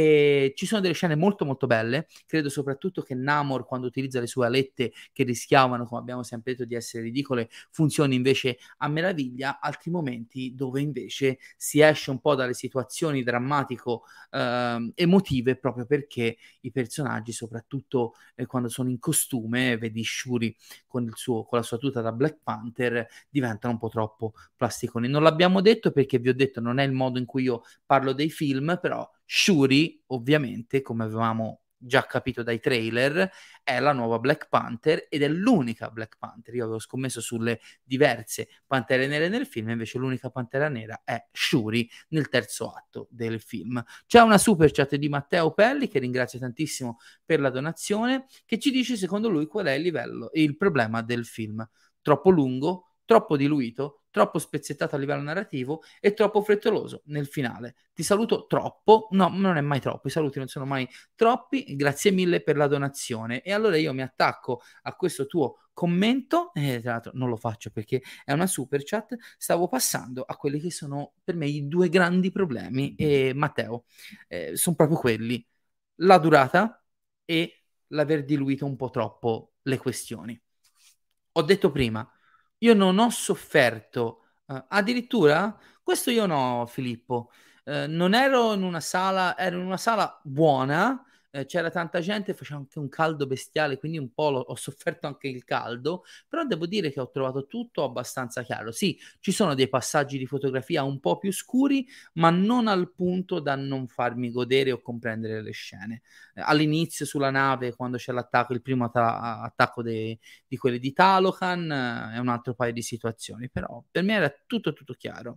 e ci sono delle scene molto molto belle. Credo soprattutto che Namor, quando utilizza le sue alette che rischiavano, come abbiamo sempre detto, di essere ridicole, funzioni invece a meraviglia. Altri momenti dove invece si esce un po' dalle situazioni drammatico emotive, proprio perché i personaggi, soprattutto quando sono in costume, vedi Shuri con la sua tuta da Black Panther, diventano un po' troppo plasticoni. Non l'abbiamo detto perché vi ho detto non è il modo in cui io parlo dei film, però Shuri, ovviamente, come avevamo già capito dai trailer, è la nuova Black Panther ed è l'unica Black Panther. Io avevo scommesso sulle diverse Pantere Nere nel film, invece l'unica Pantera Nera è Shuri nel terzo atto del film. C'è una super chat di Matteo Pelli, che ringrazio tantissimo per la donazione, che ci dice secondo lui qual è il problema del film. Troppo lungo, troppo diluito, troppo spezzettato a livello narrativo e troppo frettoloso nel finale. Ti saluto troppo, no, non è mai troppo, i saluti non sono mai troppi, grazie mille per la donazione. E allora io mi attacco a questo tuo commento, tra l'altro non lo faccio perché è una super chat, stavo passando a quelli che sono per me i due grandi problemi, e Matteo, sono proprio quelli: la durata e l'aver diluito un po' troppo le questioni. Ho detto prima, io non ho sofferto, addirittura, questo io no, Filippo, non ero in una sala, ero in una sala buona, c'era tanta gente, faceva anche un caldo bestiale, quindi un po' ho sofferto anche il caldo, però devo dire che ho trovato tutto abbastanza chiaro. Sì, ci sono dei passaggi di fotografia un po' più scuri, ma non al punto da non farmi godere o comprendere le scene. All'inizio sulla nave, quando c'è l'attacco, il primo attacco di quelli di Talocan, è un altro paio di situazioni, però per me era tutto chiaro.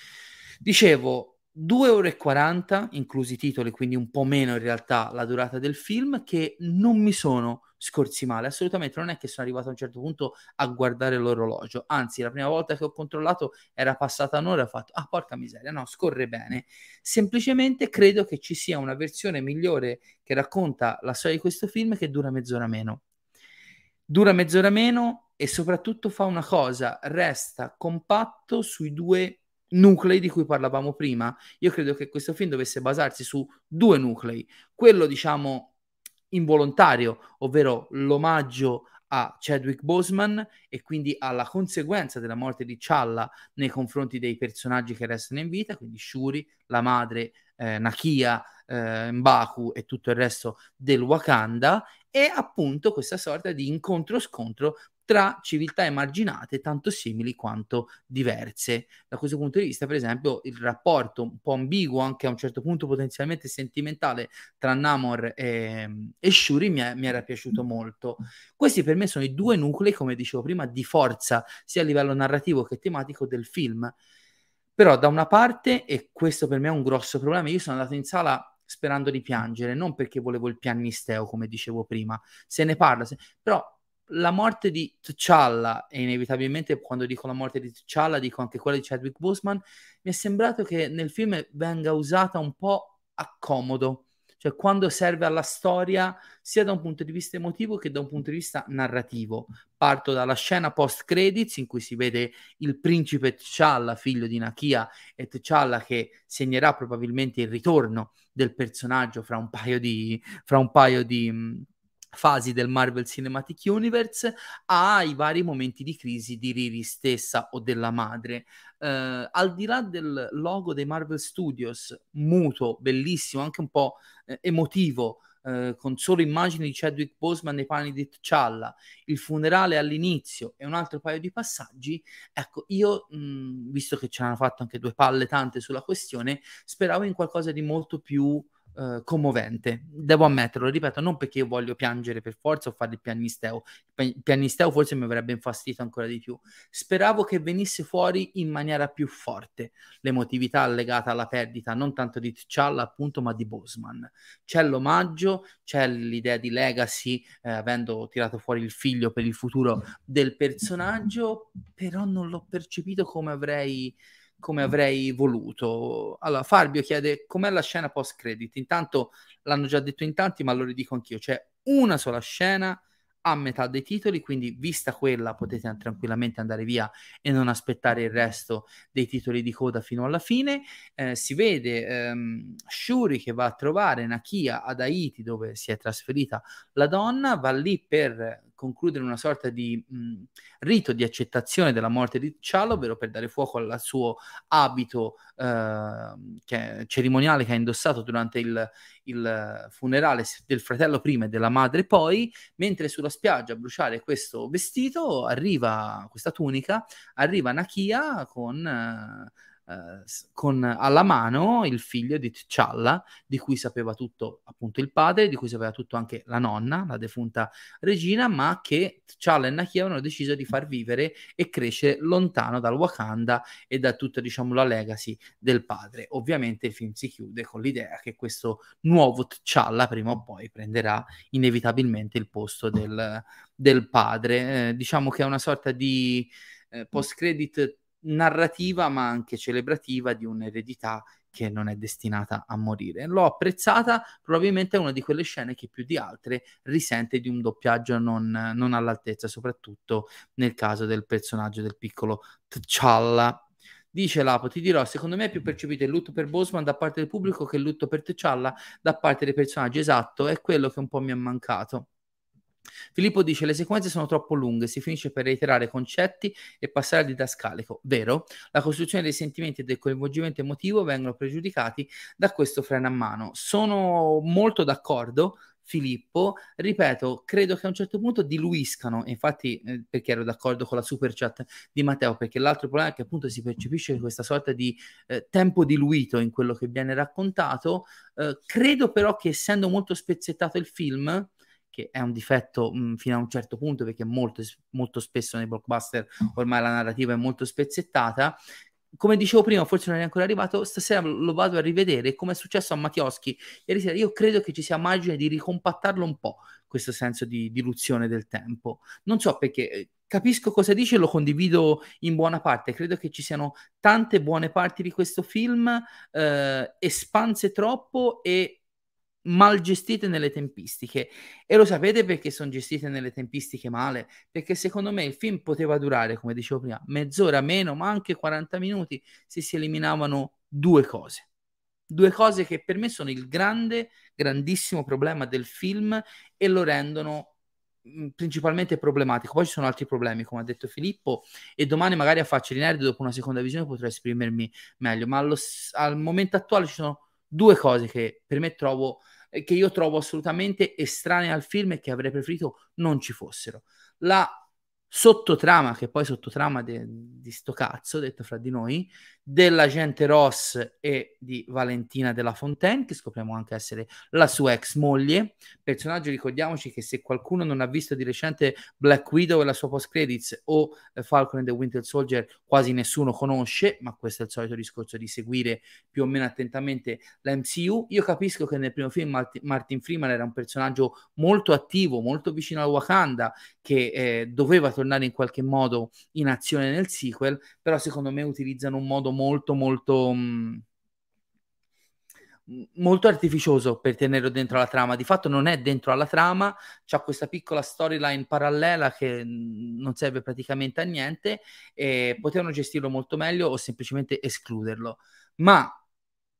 Dicevo, 2 ore e 40, inclusi i titoli, quindi un po' meno in realtà la durata del film, che non mi sono scorsi male, assolutamente. Non è che sono arrivato a un certo punto a guardare l'orologio, anzi la prima volta che ho controllato era passata un'ora e ho fatto, ah porca miseria, no, scorre bene. Semplicemente credo che ci sia una versione migliore che racconta la storia di questo film, che dura mezz'ora meno. Dura mezz'ora meno e soprattutto fa una cosa: resta compatto sui due nuclei di cui parlavamo prima. Io credo che questo film dovesse basarsi su due nuclei: quello, diciamo, involontario, ovvero l'omaggio a Chadwick Boseman e quindi alla conseguenza della morte di T'Challa nei confronti dei personaggi che restano in vita, quindi Shuri, la madre, Nakia, M'Baku e tutto il resto del Wakanda, e appunto questa sorta di incontro-scontro tra civiltà emarginate tanto simili quanto diverse. Da questo punto di vista, per esempio, il rapporto un po' ambiguo, anche a un certo punto potenzialmente sentimentale, tra Namor e Shuri mi era piaciuto molto. Questi per me sono i due nuclei, come dicevo prima, di forza sia a livello narrativo che tematico del film. Però da una parte, e questo per me è un grosso problema, io sono andato in sala sperando di piangere, non perché volevo il piagnisteo, come dicevo prima, se ne parla, però la morte di T'Challa, e inevitabilmente quando dico la morte di T'Challa dico anche quella di Chadwick Boseman, mi è sembrato che nel film venga usata un po' a comodo, cioè quando serve alla storia sia da un punto di vista emotivo che da un punto di vista narrativo. Parto dalla scena post credits in cui si vede il principe T'Challa, figlio di Nakia, e T'Challa che segnerà probabilmente il ritorno del personaggio fra un paio di fasi del Marvel Cinematic Universe ai vari momenti di crisi di Riri stessa o della madre. Al di là del logo dei Marvel Studios, muto, bellissimo, anche un po' emotivo, con solo immagini di Chadwick Boseman nei panni di T'Challa, il funerale all'inizio e un altro paio di passaggi, ecco, io, visto che ci hanno fatto anche due palle tante sulla questione, speravo in qualcosa di molto più commovente, devo ammetterlo, ripeto, non perché io voglio piangere per forza o fare il piagnisteo. Il piagnisteo forse mi avrebbe infastidito ancora di più. Speravo che venisse fuori in maniera più forte l'emotività legata alla perdita non tanto di T'Challa appunto, ma di Boseman. C'è l'omaggio, c'è l'idea di legacy, avendo tirato fuori il figlio per il futuro del personaggio, però non l'ho percepito come avrei voluto. Allora, Fabio chiede com'è la scena post credit. Intanto l'hanno già detto in tanti, ma lo ridico anch'io. C'è una sola scena a metà dei titoli, quindi vista quella potete tranquillamente andare via e non aspettare il resto dei titoli di coda fino alla fine. Si vede Shuri che va a trovare Nakia ad Haiti, dove si è trasferita la donna, va lì per concludere una sorta di rito di accettazione della morte di T'Challa, ovvero per dare fuoco al suo abito cerimoniale che ha indossato durante il funerale del fratello prima e della madre poi, mentre sulla spiaggia a bruciare questo vestito arriva, questa tunica, arriva Nakia con alla mano il figlio di T'Challa, di cui sapeva tutto appunto il padre, di cui sapeva tutto anche la nonna, la defunta regina, ma che T'Challa e Nakia avevano deciso di far vivere e crescere lontano dal Wakanda e da tutta, diciamo, la legacy del padre. Ovviamente il film si chiude con l'idea che questo nuovo T'Challa prima o poi prenderà inevitabilmente il posto del padre. Diciamo che è una sorta di post-credit narrativa ma anche celebrativa di un'eredità che non è destinata a morire. L'ho apprezzata, probabilmente è una di quelle scene che più di altre risente di un doppiaggio non all'altezza, soprattutto nel caso del personaggio del piccolo T'Challa. Dice Lapo, ti dirò, secondo me è più percepito il lutto per Boseman da parte del pubblico che il lutto per T'Challa da parte dei personaggi. Esatto, è quello che un po' mi è mancato. Filippo dice le sequenze sono troppo lunghe, si finisce per reiterare concetti e passare al didascalico. Vero, la costruzione dei sentimenti e del coinvolgimento emotivo vengono pregiudicati da questo freno a mano. Sono molto d'accordo, Filippo, ripeto, credo che a un certo punto diluiscano, infatti perché ero d'accordo con la super chat di Matteo, perché l'altro problema è che appunto si percepisce questa sorta di tempo diluito in quello che viene raccontato. Credo però che essendo molto spezzettato il film, che è un difetto fino a un certo punto, perché molto spesso nei blockbuster ormai la narrativa è molto spezzettata. Come dicevo prima, forse non è ancora arrivato, stasera lo vado a rivedere, come è successo a Mattioschi ieri sera. Io credo che ci sia margine di ricompattarlo un po', questo senso di diluzione del tempo. Non so perché, capisco cosa dice, lo condivido in buona parte, credo che ci siano tante buone parti di questo film, espanse troppo e mal gestite nelle tempistiche, e lo sapete perché sono gestite nelle tempistiche male? Perché secondo me il film poteva durare, come dicevo prima, mezz'ora meno, ma anche 40 minuti se si eliminavano due cose che per me sono il grandissimo problema del film e lo rendono principalmente problematico. Poi ci sono altri problemi, come ha detto Filippo, e domani magari a Facce di Nerd dopo una seconda visione potrò esprimermi meglio, ma al momento attuale ci sono due cose che per me che io trovo assolutamente estranee al film e che avrei preferito non ci fossero. La sottotrama, che poi sottotrama di sto cazzo, detto fra di noi, dell'agente Ross e di Valentina della Fontaine, che scopriamo anche essere la sua ex moglie. Personaggio, ricordiamoci che se qualcuno non ha visto di recente Black Widow e la sua post credits o Falcon and the Winter Soldier, quasi nessuno conosce, ma questo è il solito discorso di seguire più o meno attentamente la MCU. Io capisco che nel primo film Martin Freeman era un personaggio molto attivo, molto vicino al Wakanda, che doveva tornare in qualche modo in azione nel sequel, però secondo me utilizzano un modo molto artificioso per tenerlo dentro la trama. Di fatto non è dentro alla trama, c'ha questa piccola storyline parallela che non serve praticamente a niente, e potevano gestirlo molto meglio o semplicemente escluderlo. Ma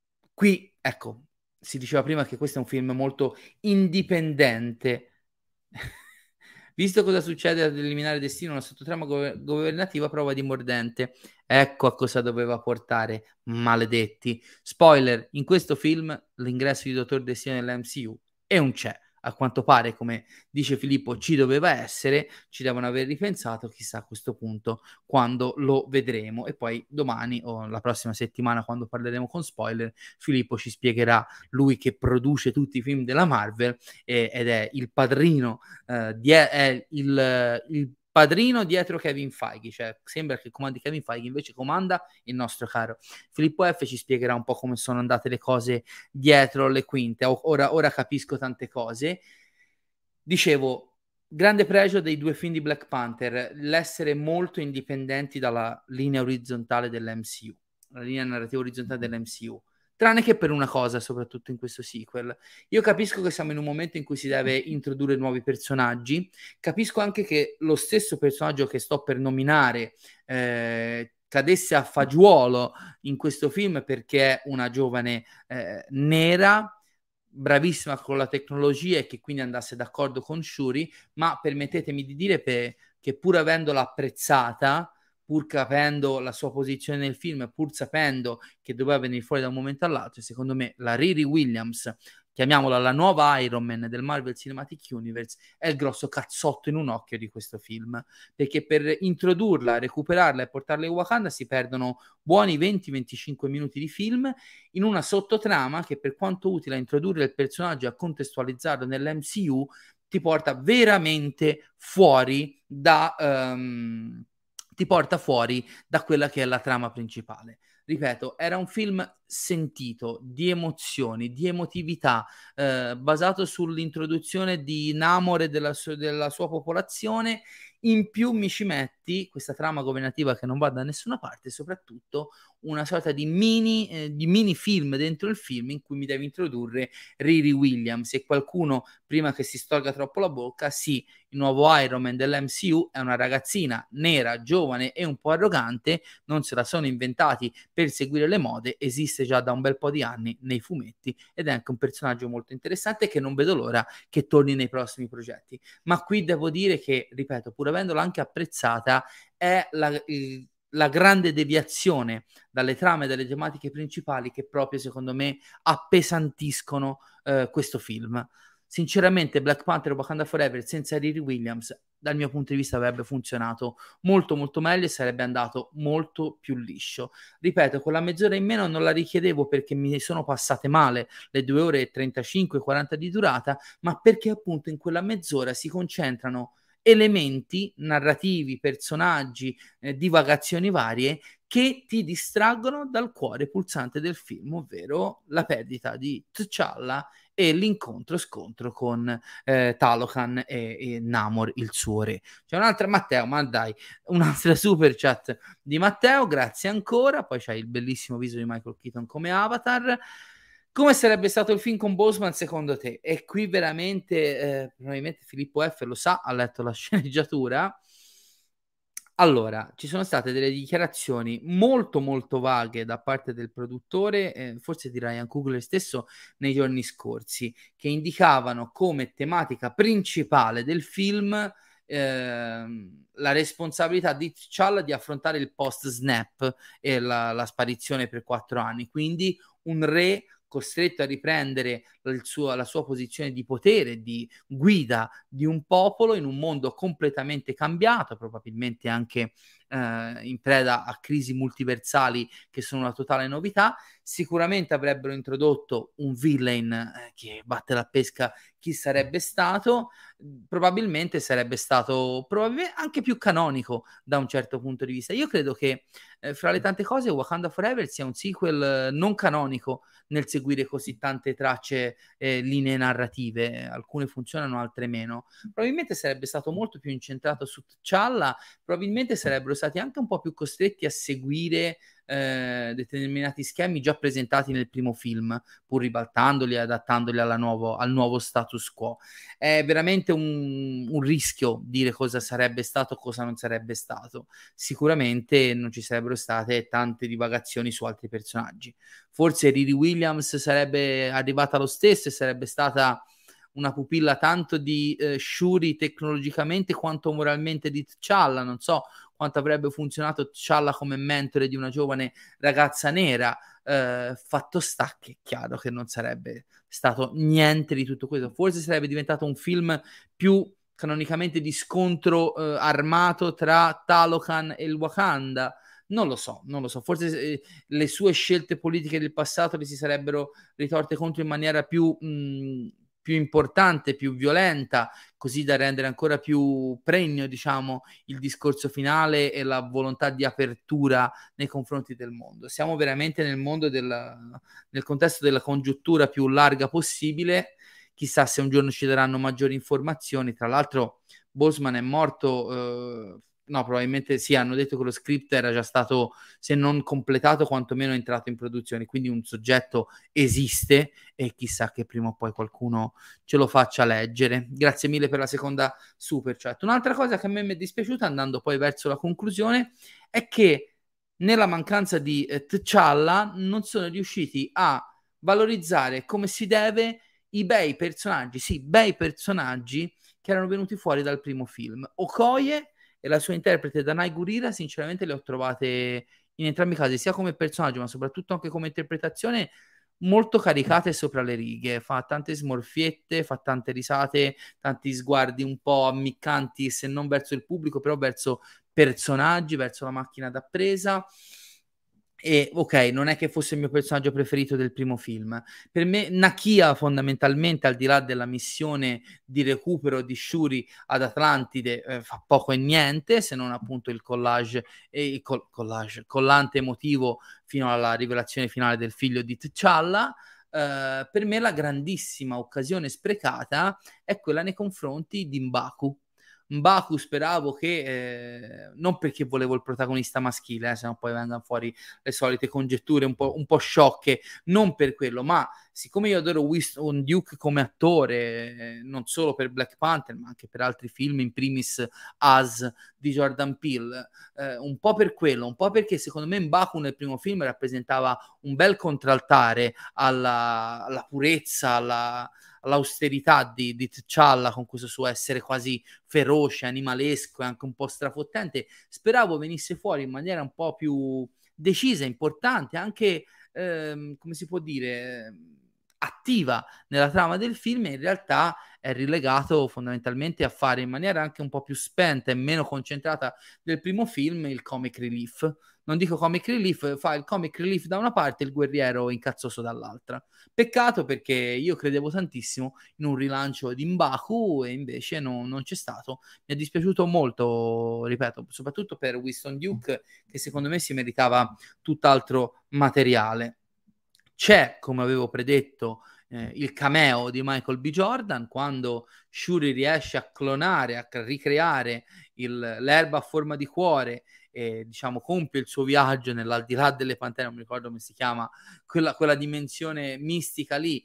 qui, ecco, si diceva prima che questo è un film molto indipendente. Visto cosa succede ad eliminare Destino, una sottotrama governativa prova di mordente. Ecco a cosa doveva portare, maledetti. Spoiler, in questo film l'ingresso di Dottor Destino nell'MCU è un c'è. A quanto pare, come dice Filippo, ci doveva essere, ci devono aver ripensato, chissà a questo punto quando lo vedremo. E poi domani o la prossima settimana, quando parleremo con spoiler, Filippo ci spiegherà, lui che produce tutti i film della Marvel ed è il padrino è il padrino dietro Kevin Feige, cioè sembra che comandi Kevin Feige, invece comanda il nostro caro Filippo F. Ci spiegherà un po' come sono andate le cose dietro le quinte. Ora capisco tante cose. Dicevo, grande pregio dei due film di Black Panther, l'essere molto indipendenti dalla linea orizzontale dell'MCU, la linea narrativa orizzontale dell'MCU. Tranne che per una cosa, soprattutto in questo sequel. Io capisco che siamo in un momento in cui si deve introdurre nuovi personaggi, capisco anche che lo stesso personaggio che sto per nominare cadesse a fagiolo in questo film perché è una giovane nera, bravissima con la tecnologia e che quindi andasse d'accordo con Shuri, ma permettetemi di dire che pur avendola apprezzata, pur capendo la sua posizione nel film, pur sapendo che doveva venire fuori da un momento all'altro, secondo me la Riri Williams, chiamiamola la nuova Iron Man del Marvel Cinematic Universe, è il grosso cazzotto in un occhio di questo film, perché per introdurla, recuperarla e portarla in Wakanda si perdono buoni 20-25 minuti di film in una sottotrama che, per quanto utile a introdurre il personaggio e a contestualizzarlo nell'MCU, ti porta veramente fuori ti porta fuori da quella che è la trama principale. Ripeto, era un film sentito, di emozioni, di emotività, basato sull'introduzione di Namor e della sua popolazione. In più mi ci metti questa trama governativa che non va da nessuna parte, e soprattutto una sorta di mini film dentro il film in cui mi devi introdurre Riri Williams, e qualcuno, prima che si storga troppo la bocca, sì, il nuovo Iron Man dell'MCU è una ragazzina nera, giovane e un po' arrogante, non se la sono inventati per seguire le mode, esiste già da un bel po' di anni nei fumetti ed è anche un personaggio molto interessante che non vedo l'ora che torni nei prossimi progetti. Ma qui devo dire che, ripeto, pur avendola anche apprezzata, è la grande deviazione dalle trame e dalle tematiche principali che proprio secondo me appesantiscono questo film. Sinceramente Black Panther o Wakanda Forever senza Riri Williams dal mio punto di vista avrebbe funzionato molto molto meglio e sarebbe andato molto più liscio. Ripeto, con la mezz'ora in meno non la richiedevo perché mi sono passate male le 2 ore e 35-40 di durata, ma perché appunto in quella mezz'ora si concentrano elementi narrativi, personaggi, divagazioni varie che ti distraggono dal cuore pulsante del film, ovvero la perdita di T'Challa e l'incontro-scontro con Talocan e Namor, il suo re. C'è un'altra, Matteo, ma dai, un'altra super chat di Matteo, grazie ancora. Poi c'è il bellissimo viso di Michael Keaton come Avatar. Come sarebbe stato il film con Boseman secondo te? E qui veramente, probabilmente Filippo F. lo sa, ha letto la sceneggiatura. Allora, ci sono state delle dichiarazioni molto molto vaghe da parte del produttore, forse di Ryan Coogler stesso, nei giorni scorsi, che indicavano come tematica principale del film la responsabilità di T'Challa di affrontare il post-snap e la sparizione per 4 anni, quindi un re costretto a riprendere la sua posizione di potere, di guida di un popolo in un mondo completamente cambiato, probabilmente anche in preda a crisi multiversali che sono una totale novità. Sicuramente avrebbero introdotto un villain che batte la pesca, chi sarebbe stato. Probabilmente sarebbe stato anche più canonico da un certo punto di vista. Io credo che fra le tante cose Wakanda Forever sia un sequel non canonico nel seguire così tante tracce, linee narrative, alcune funzionano, altre meno. Probabilmente sarebbe stato molto più incentrato su T'Challa, probabilmente sarebbero stati anche un po' più costretti a seguire determinati schemi già presentati nel primo film, pur ribaltandoli e adattandoli al nuovo status quo. È veramente un rischio dire cosa sarebbe stato, cosa non sarebbe stato. Sicuramente non ci sarebbero state tante divagazioni su altri personaggi. Forse Riri Williams sarebbe arrivata lo stesso e sarebbe stata una pupilla tanto di Shuri tecnologicamente quanto moralmente di T'Challa. Non so quanto avrebbe funzionato T'Challa come mentore di una giovane ragazza nera. Fatto sta che è chiaro che non sarebbe stato niente di tutto questo. Forse sarebbe diventato un film più canonicamente di scontro armato tra Talocan e il Wakanda. Non lo so. Forse le sue scelte politiche del passato le si sarebbero ritorte contro in maniera più importante, più violenta, così da rendere ancora più pregno, diciamo, il discorso finale e la volontà di apertura nei confronti del mondo. Siamo veramente nel mondo nel contesto della congiuntura più larga possibile. Chissà se un giorno ci daranno maggiori informazioni. Tra l'altro Boseman è morto, no, probabilmente sì, hanno detto che lo script era già stato, se non completato, quantomeno entrato in produzione, quindi un soggetto esiste e chissà che prima o poi qualcuno ce lo faccia leggere. Grazie mille per la seconda super chat. Un'altra cosa che a me mi è dispiaciuta, andando poi verso la conclusione, è che nella mancanza di T'Challa non sono riusciti a valorizzare come si deve i bei personaggi, sì, bei personaggi che erano venuti fuori dal primo film. Okoye e la sua interprete Danai Gurira, sinceramente le ho trovate in entrambi i casi, sia come personaggio ma soprattutto anche come interpretazione, molto caricate sopra le righe. Fa tante smorfiette, fa tante risate, tanti sguardi un po' ammiccanti, se non verso il pubblico, però verso personaggi, verso la macchina da presa. E ok, non è che fosse il mio personaggio preferito del primo film. Per me Nakia fondamentalmente, al di là della missione di recupero di Shuri ad Atlantide, fa poco e niente, se non appunto il collage e il collante emotivo fino alla rivelazione finale del figlio di T'Challa. Per me la grandissima occasione sprecata è quella nei confronti di M'Baku. M'Baku speravo che, non perché volevo il protagonista maschile, se no poi vengano fuori le solite congetture un po' sciocche, non per quello, ma siccome io adoro Winston Duke come attore, non solo per Black Panther, ma anche per altri film, in primis Us di Jordan Peele, un po' per quello, un po' perché secondo me M'Baku nel primo film rappresentava un bel contraltare alla purezza, all'austerità di T'Challa, con questo suo essere quasi feroce, animalesco e anche un po' strafottente. Speravo venisse fuori in maniera un po' più decisa, importante, anche come si può dire, attiva nella trama del film, e in realtà è rilegato fondamentalmente a fare in maniera anche un po' più spenta e meno concentrata del primo film il comic relief. Non dico comic relief, fa il comic relief da una parte e il guerriero incazzoso dall'altra. Peccato, perché io credevo tantissimo in un rilancio di M'Baku e invece non c'è stato. Mi è dispiaciuto molto, ripeto, soprattutto per Winston Duke, che secondo me si meritava tutt'altro materiale. C'è, come avevo predetto, il cameo di Michael B. Jordan, quando Shuri riesce a clonare, a ricreare l'erba a forma di cuore e, diciamo, compie il suo viaggio nell'aldilà delle pantere, non mi ricordo come si chiama, quella dimensione mistica lì,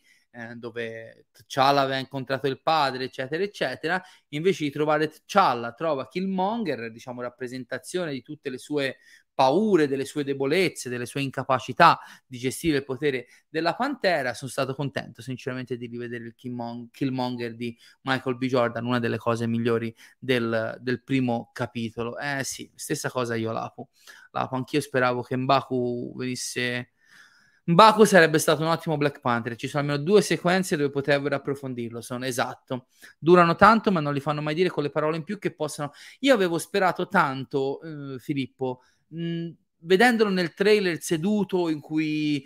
dove T'Challa aveva incontrato il padre, eccetera, eccetera. Invece di trovare T'Challa, trova Killmonger, diciamo, rappresentazione di tutte le sue paure, delle sue debolezze, delle sue incapacità di gestire il potere della Pantera. Sono stato contento sinceramente di rivedere il Killmonger di Michael B. Jordan, una delle cose migliori del primo capitolo. Sì, stessa cosa io, Lapo, anch'io speravo che M'Baku venisse... M'Baku sarebbe stato un ottimo Black Panther. Ci sono almeno 2 sequenze dove potrebbero approfondirlo, sono esatto. Durano tanto, ma non li fanno mai dire con le parole in più che possano... Io avevo sperato tanto, Filippo, vedendolo nel trailer seduto in cui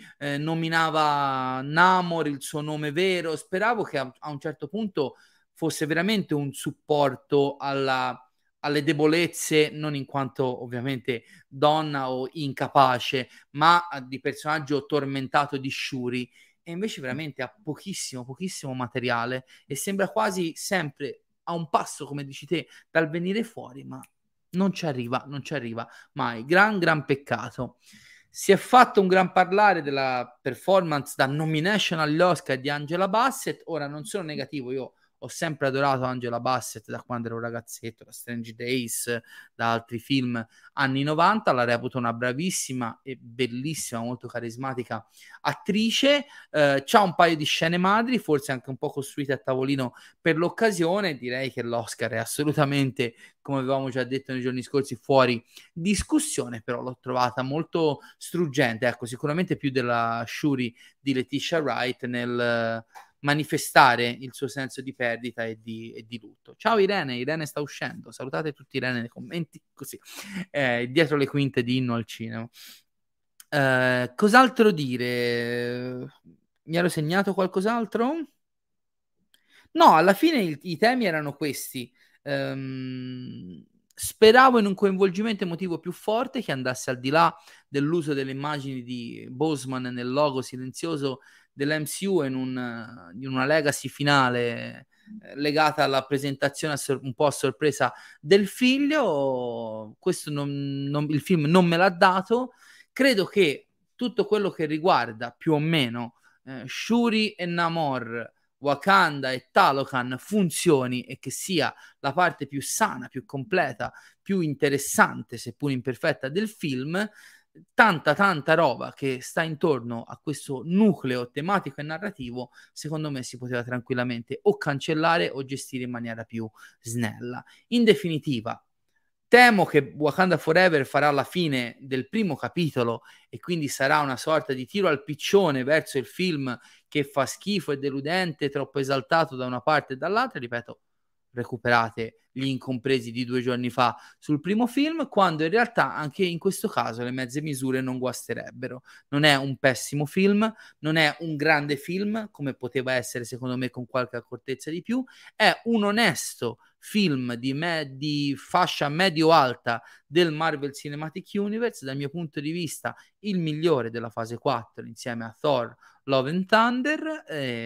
nominava Namor, il suo nome vero, speravo che a un certo punto fosse veramente un supporto alle debolezze, non in quanto ovviamente donna o incapace, ma di personaggio tormentato di Shuri. E invece veramente ha pochissimo materiale e sembra quasi sempre a un passo, come dici te, dal venire fuori, ma non ci arriva mai. Gran peccato. Si è fatto un gran parlare della performance da nomination agli Oscar di Angela Bassett. Ora non sono negativo, io ho sempre adorato Angela Bassett da quando ero ragazzetto, da Strange Days, da altri film anni 90, la reputo una bravissima e bellissima, molto carismatica attrice, c'ha un paio di scene madri, forse anche un po' costruite a tavolino per l'occasione. Direi che l'Oscar è assolutamente, come avevamo già detto nei giorni scorsi, fuori discussione, però l'ho trovata molto struggente, ecco, sicuramente più della Shuri di Letitia Wright nel manifestare il suo senso di perdita e di lutto. Ciao Irene, Irene sta uscendo, salutate tutti Irene nei commenti, così, dietro le quinte di Inno al Cinema. Cos'altro dire? Mi ero segnato qualcos'altro? No, alla fine i temi erano questi. Speravo in un coinvolgimento emotivo più forte che andasse al di là dell'uso delle immagini di Boseman nel logo silenzioso dell'MCU in una legacy finale legata alla presentazione un po' a sorpresa del figlio. Questo il film non me l'ha dato. Credo che tutto quello che riguarda più o meno Shuri e Namor, Wakanda e Talokan funzioni e che sia la parte più sana, più completa, più interessante, seppur imperfetta, del film. Tanta roba che sta intorno a questo nucleo tematico e narrativo, secondo me si poteva tranquillamente o cancellare o gestire in maniera più snella. In definitiva, temo che Wakanda Forever farà la fine del primo capitolo e quindi sarà una sorta di tiro al piccione verso il film che fa schifo e deludente, troppo esaltato da una parte e dall'altra. Ripeto, recuperate gli incompresi di 2 giorni fa sul primo film, quando in realtà anche in questo caso le mezze misure non guasterebbero. Non è un pessimo film, non è un grande film come poteva essere secondo me con qualche accortezza di più, è un onesto film di fascia medio-alta del Marvel Cinematic Universe, dal mio punto di vista il migliore della fase 4 insieme a Thor Love and Thunder.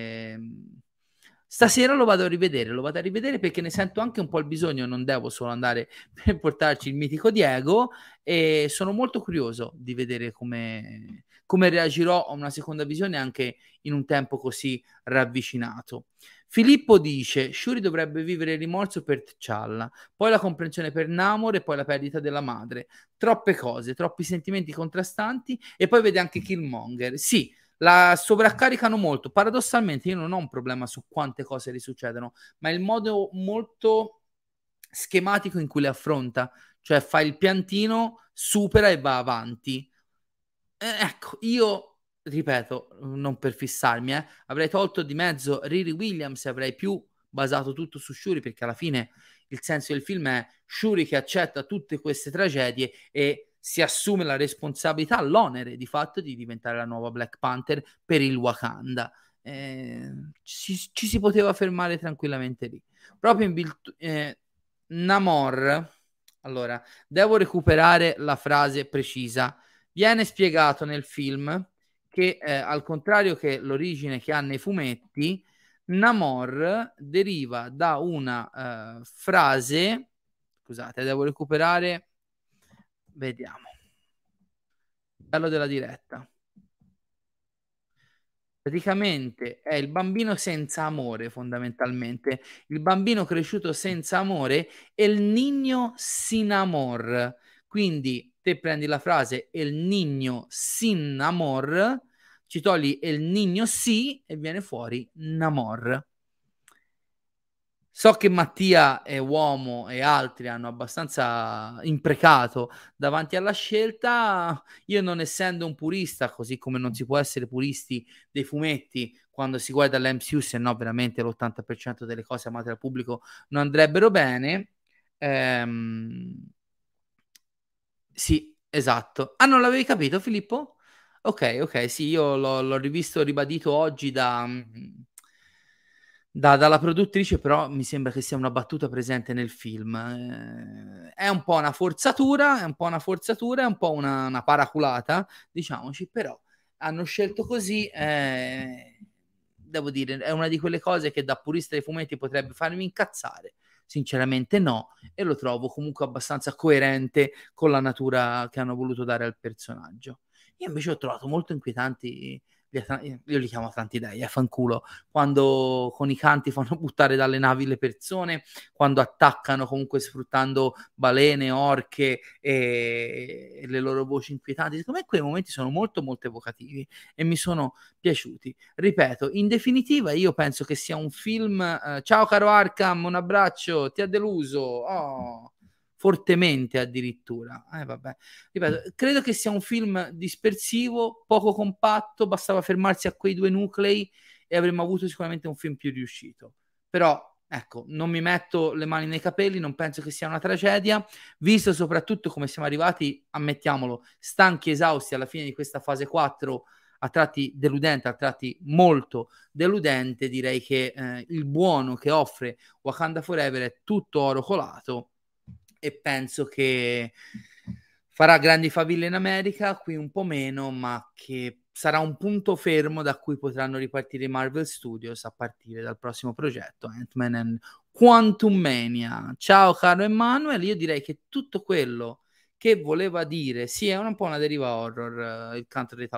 Stasera lo vado a rivedere perché ne sento anche un po' il bisogno, non devo solo andare per portarci il mitico Diego, e sono molto curioso di vedere come reagirò a una seconda visione anche in un tempo così ravvicinato. Filippo dice: Shuri dovrebbe vivere il rimorso per T'Challa, poi la comprensione per Namor e poi la perdita della madre. Troppe cose, troppi sentimenti contrastanti, e poi vede anche Killmonger. Sì, la sovraccaricano molto. Paradossalmente io non ho un problema su quante cose risuccedono, ma il modo molto schematico in cui le affronta, cioè fa il piantino, supera e va avanti. Ecco, io ripeto, non per fissarmi, avrei tolto di mezzo Riri Williams e avrei più basato tutto su Shuri, perché alla fine il senso del film è Shuri che accetta tutte queste tragedie e si assume la responsabilità, l'onere di fatto di diventare la nuova Black Panther per il Wakanda. Ci si poteva fermare tranquillamente lì. Proprio in Namor, allora, devo recuperare la frase precisa. Viene spiegato nel film che al contrario che l'origine che ha nei fumetti, Namor deriva da una frase, scusate, devo recuperare, vediamo, bello della diretta. Praticamente è il bambino senza amore, fondamentalmente, il bambino cresciuto senza amore, el niño sin amor. Quindi te prendi la frase el niño sin amor, ci togli el niño sí e viene fuori Namor. So che Mattia e Uomo e altri hanno abbastanza imprecato davanti alla scelta. Io, non essendo un purista, così come non si può essere puristi dei fumetti quando si guarda l'MCU, se no veramente l'80% delle cose amate dal pubblico non andrebbero bene. Sì, esatto. Ah, non l'avevi capito, Filippo? Ok, sì, io l'ho rivisto, ribadito oggi dalla produttrice, però mi sembra che sia una battuta presente nel film. È un po' una forzatura, è un po' una paraculata, diciamoci, però hanno scelto così. Devo dire, è una di quelle cose che da purista dei fumetti potrebbe farmi incazzare. Sinceramente no, e lo trovo comunque abbastanza coerente con la natura che hanno voluto dare al personaggio. Io invece ho trovato molto inquietanti io li chiamo Atlanti Dei, fanculo, quando con i canti fanno buttare dalle navi le persone, quando attaccano comunque sfruttando balene, orche e le loro voci inquietanti. Secondo me quei momenti sono molto molto evocativi e mi sono piaciuti. Ripeto, in definitiva io penso che sia un film ciao caro Arkham, un abbraccio, ti ha deluso? Oh, fortemente addirittura. Vabbè. Ripeto, credo che sia un film dispersivo, poco compatto, bastava fermarsi a quei 2 nuclei e avremmo avuto sicuramente un film più riuscito. Però, ecco, non mi metto le mani nei capelli, non penso che sia una tragedia, visto soprattutto come siamo arrivati, ammettiamolo, stanchi, esausti alla fine di questa fase 4, a tratti deludente, a tratti molto deludente. Direi che il buono che offre Wakanda Forever è tutto oro colato e penso che farà grandi faville in America, qui un po' meno, ma che sarà un punto fermo da cui potranno ripartire i Marvel Studios a partire dal prossimo progetto Ant-Man and Quantumania. Ciao caro Emanuel, io direi che tutto quello che voleva dire, sì, è un po' una deriva horror, il canto dei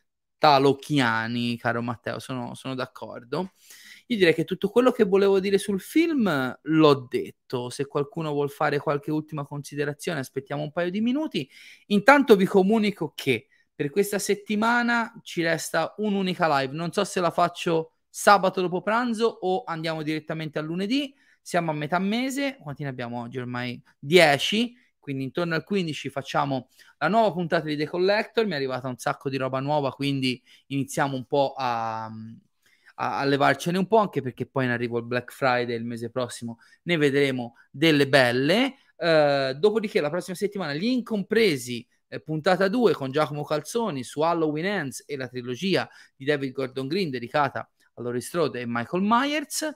talocchiani, caro Matteo, sono d'accordo. Io direi che tutto quello che volevo dire sul film l'ho detto. Se qualcuno vuol fare qualche ultima considerazione, aspettiamo un paio di minuti. Intanto vi comunico che per questa settimana ci resta un'unica live. Non so se la faccio sabato dopo pranzo o andiamo direttamente a lunedì. Siamo a metà mese. Quanti ne abbiamo oggi? Ormai 10. Quindi intorno al 15 facciamo la nuova puntata di The Collector. Mi è arrivata un sacco di roba nuova, quindi iniziamo un po' a levarcene un po', anche perché poi in arrivo il Black Friday il mese prossimo, ne vedremo delle belle. Dopodiché la prossima settimana gli incompresi, puntata 2 con Giacomo Calzoni su Halloween Ends e la trilogia di David Gordon Green dedicata a Laurie Strode e Michael Myers.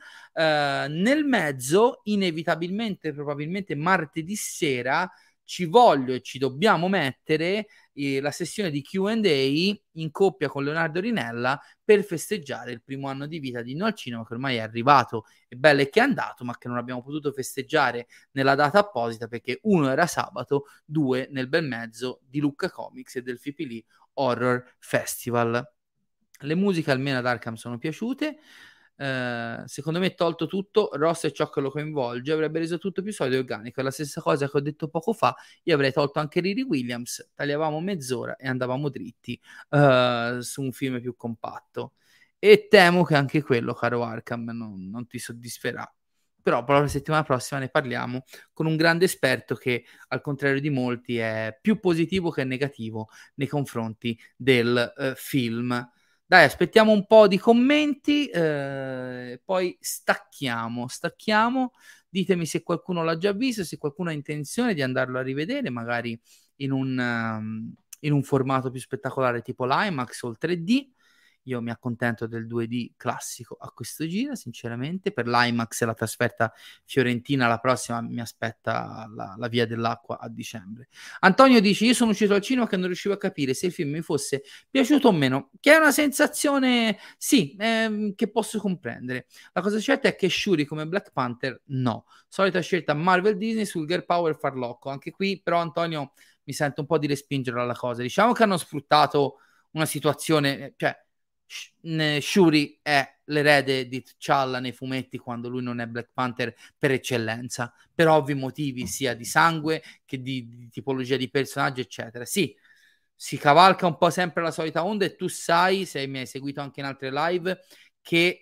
Nel mezzo, inevitabilmente, probabilmente martedì sera, ci voglio e ci dobbiamo mettere la sessione di Q&A in coppia con Leonardo Rinella per festeggiare il primo anno di vita di No al Cinema, che ormai è arrivato e bello è che è andato, ma che non abbiamo potuto festeggiare nella data apposita perché 1 era sabato, 2 nel bel mezzo di Lucca Comics e del FIPLI Horror Festival. Le musiche almeno ad Arkham sono piaciute. Secondo me, tolto tutto, Ross e ciò che lo coinvolge avrebbe reso tutto più solido e organico. È la stessa cosa che ho detto poco fa. Io avrei tolto anche Riri Williams, tagliavamo mezz'ora e andavamo dritti su un film più compatto. E temo che anche quello, caro Arkham, non ti soddisferà. Però la settimana prossima ne parliamo con un grande esperto che, al contrario di molti, è più positivo che negativo nei confronti del film. Dai, aspettiamo un po' di commenti, poi stacchiamo. Ditemi se qualcuno l'ha già visto, se qualcuno ha intenzione di andarlo a rivedere, magari in un formato più spettacolare tipo l'IMAX o il 3D. Io mi accontento del 2D classico a questo giro, sinceramente. Per l'IMAX e la trasferta fiorentina, la prossima mi aspetta la Via dell'Acqua a dicembre. Antonio dice: io sono uscito al cinema che non riuscivo a capire se il film mi fosse piaciuto o meno, che è una sensazione, sì, che posso comprendere. La cosa certa è che Shuri come Black Panther no. Solita scelta Marvel Disney sul girl power farlocco. Anche qui però, Antonio, mi sento un po' di respingere alla cosa. Diciamo che hanno sfruttato una situazione, cioè Shuri è l'erede di T'Challa nei fumetti quando lui non è Black Panther per eccellenza, per ovvi motivi sia di sangue che di tipologia di personaggio eccetera. Sì, si cavalca un po' sempre la solita onda e tu sai, se mi hai seguito anche in altre live, che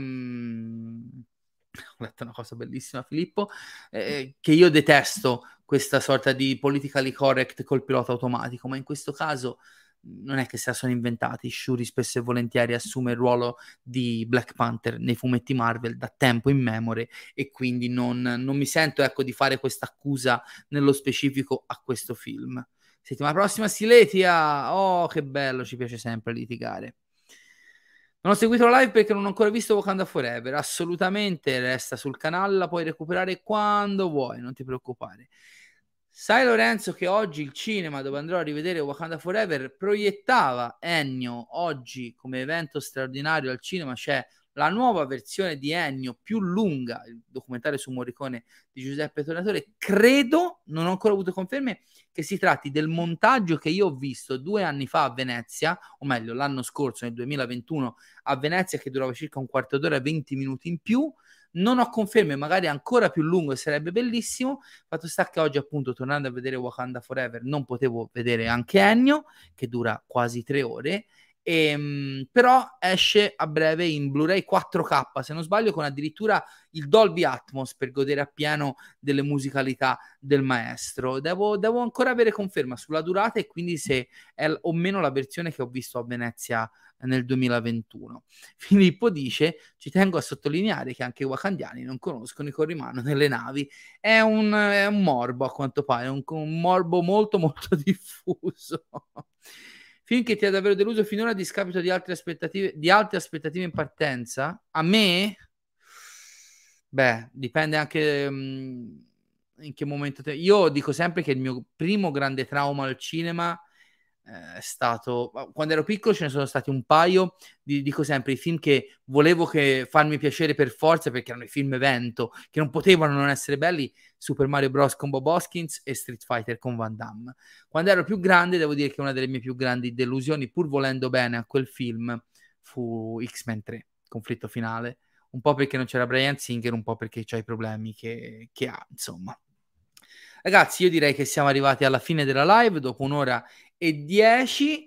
ho letto una cosa bellissima, Filippo, che io detesto questa sorta di politically correct col pilota automatico, ma in questo caso non è che se la sono inventati. Shuri spesso e volentieri assume il ruolo di Black Panther nei fumetti Marvel da tempo immemore e quindi non mi sento, ecco, di fare questa accusa nello specifico a questo film. Settimana prossima Siletia, oh che bello, ci piace sempre litigare. Non ho seguito la live perché non ho ancora visto Wakanda Forever, assolutamente resta sul canale, la puoi recuperare quando vuoi, non ti preoccupare. Sai Lorenzo che oggi il cinema dove andrò a rivedere Wakanda Forever proiettava Ennio, oggi come evento straordinario al cinema c'è la nuova versione di Ennio più lunga, il documentario su Morricone di Giuseppe Tornatore, credo, non ho ancora avuto conferme, che si tratti del montaggio che io ho visto 2 anni fa a Venezia, o meglio l'anno scorso, nel 2021, a Venezia, che durava circa un quarto d'ora, 20 minuti in più. Non ho conferme, magari ancora più lungo e sarebbe bellissimo. Fatto sta che oggi, appunto, tornando a vedere Wakanda Forever, non potevo vedere anche Ennio, che dura quasi 3 ore, però esce a breve in Blu-ray 4K, se non sbaglio, con addirittura il Dolby Atmos per godere appieno delle musicalità del maestro. Devo ancora avere conferma sulla durata e quindi se è o meno la versione che ho visto a Venezia nel 2021. Filippo dice: ci tengo a sottolineare che anche i wakandiani non conoscono i corrimano nelle navi. È un morbo, a quanto pare, un morbo molto molto diffuso. Film che ti ha davvero deluso finora a discapito di altre aspettative in partenza? A me? Beh, dipende anche in che momento. Io dico sempre che il mio primo grande trauma al cinema è stato quando ero piccolo. Ce ne sono stati un paio, dico sempre i film che volevo farmi piacere per forza, perché erano i film evento che non potevano non essere belli: Super Mario Bros con Bob Hoskins e Street Fighter con Van Damme. Quando ero più grande, devo dire che una delle mie più grandi delusioni, pur volendo bene a quel film, fu X-Men 3 Conflitto Finale, un po' perché non c'era Bryan Singer, un po' perché c'ha i problemi che ha, insomma. Ragazzi, io direi che siamo arrivati alla fine della live dopo 1 ora e 10.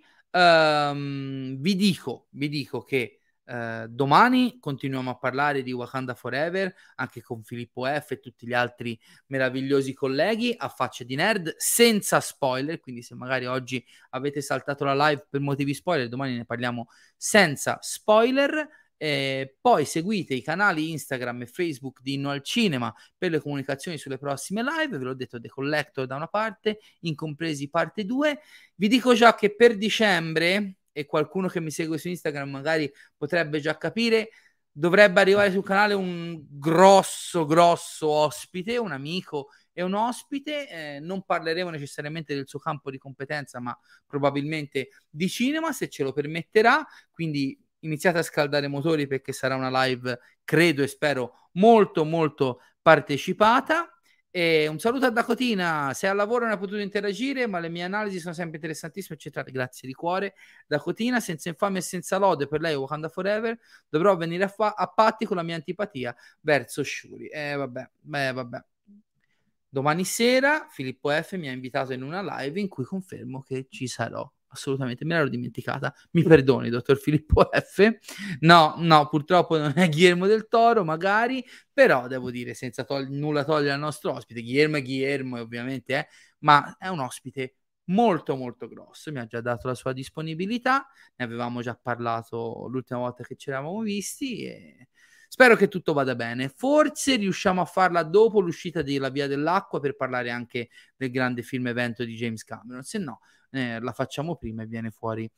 Vi dico che domani continuiamo a parlare di Wakanda Forever anche con Filippo F e tutti gli altri meravigliosi colleghi a Facce di Nerd, senza spoiler, quindi se magari oggi avete saltato la live per motivi spoiler, domani ne parliamo senza spoiler. Poi seguite i canali Instagram e Facebook di Inno al Cinema per le comunicazioni sulle prossime live. Ve l'ho detto, The Collector da una parte, Incompresi parte 2. Vi dico già che per dicembre, e qualcuno che mi segue su Instagram magari potrebbe già capire, dovrebbe arrivare sul canale un grosso ospite, un amico e un ospite. Non parleremo necessariamente del suo campo di competenza, ma probabilmente di cinema, se ce lo permetterà, quindi iniziate a scaldare motori perché sarà una live, credo e spero, molto molto partecipata. E un saluto a Dakotina: se al lavoro non ha potuto interagire, ma le mie analisi sono sempre interessantissime e centrate, grazie di cuore Dakotina. Senza infamia e senza lode per lei Wakanda Forever, dovrò venire a patti con la mia antipatia verso Shuri. Vabbè. Domani sera Filippo F mi ha invitato in una live in cui confermo che ci sarò. Assolutamente, me l'ero dimenticata. Mi perdoni, dottor Filippo F. No, purtroppo non è Guillermo del Toro, magari, però devo dire, senza nulla togliere al nostro ospite, Guillermo ovviamente ma è un ospite molto molto grosso. Mi ha già dato la sua disponibilità, ne avevamo già parlato l'ultima volta che ci eravamo visti e spero che tutto vada bene. Forse riusciamo a farla dopo l'uscita della Via dell'Acqua per parlare anche del grande film evento di James Cameron. Se no, la facciamo prima e viene fuori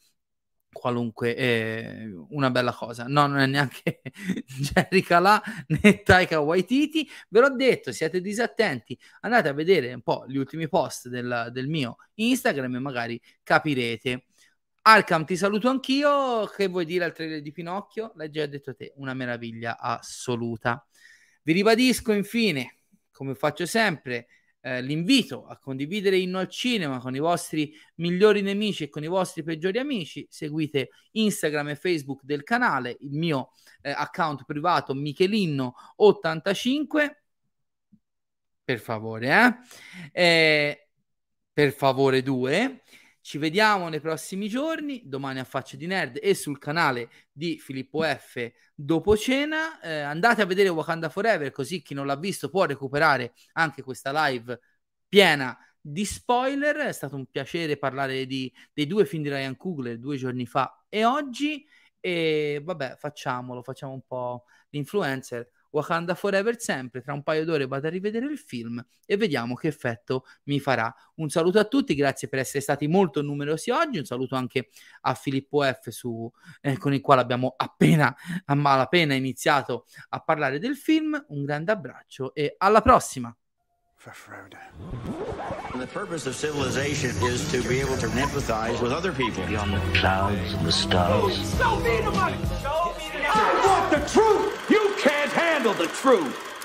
qualunque una bella cosa. No, non è neanche Jerry Calà né Taika Waititi. Ve l'ho detto, siete disattenti. Andate a vedere un po' gli ultimi post del mio Instagram e magari capirete. Arkham, ti saluto anch'io. Che vuoi dire al trailer di Pinocchio? L'hai già detto te, una meraviglia assoluta. Vi ribadisco infine, come faccio sempre, l'invito a condividere Inno al Cinema con i vostri migliori nemici e con i vostri peggiori amici. Seguite Instagram e Facebook del canale, il mio account privato Michelinno85, per favore, per favore 2. Ci vediamo nei prossimi giorni, domani a Facce di Nerd e sul canale di Filippo F dopo cena. Andate a vedere Wakanda Forever, così chi non l'ha visto può recuperare anche questa live piena di spoiler. È stato un piacere parlare dei 2 film di Ryan Coogler 2 giorni fa e oggi, e vabbè, facciamo un po' l'influencer. Wakanda Forever sempre, tra un paio d'ore vado a rivedere il film e vediamo che effetto mi farà. Un saluto a tutti, grazie per essere stati molto numerosi oggi, un saluto anche a Filippo F con il quale abbiamo appena a malapena iniziato a parlare del film. Un grande abbraccio e alla prossima. For Frodo. The purpose of civilization is to be able to empathize with other people beyond the clouds and the stars. Show me the money! Show me the money! truth. You can't handle the truth.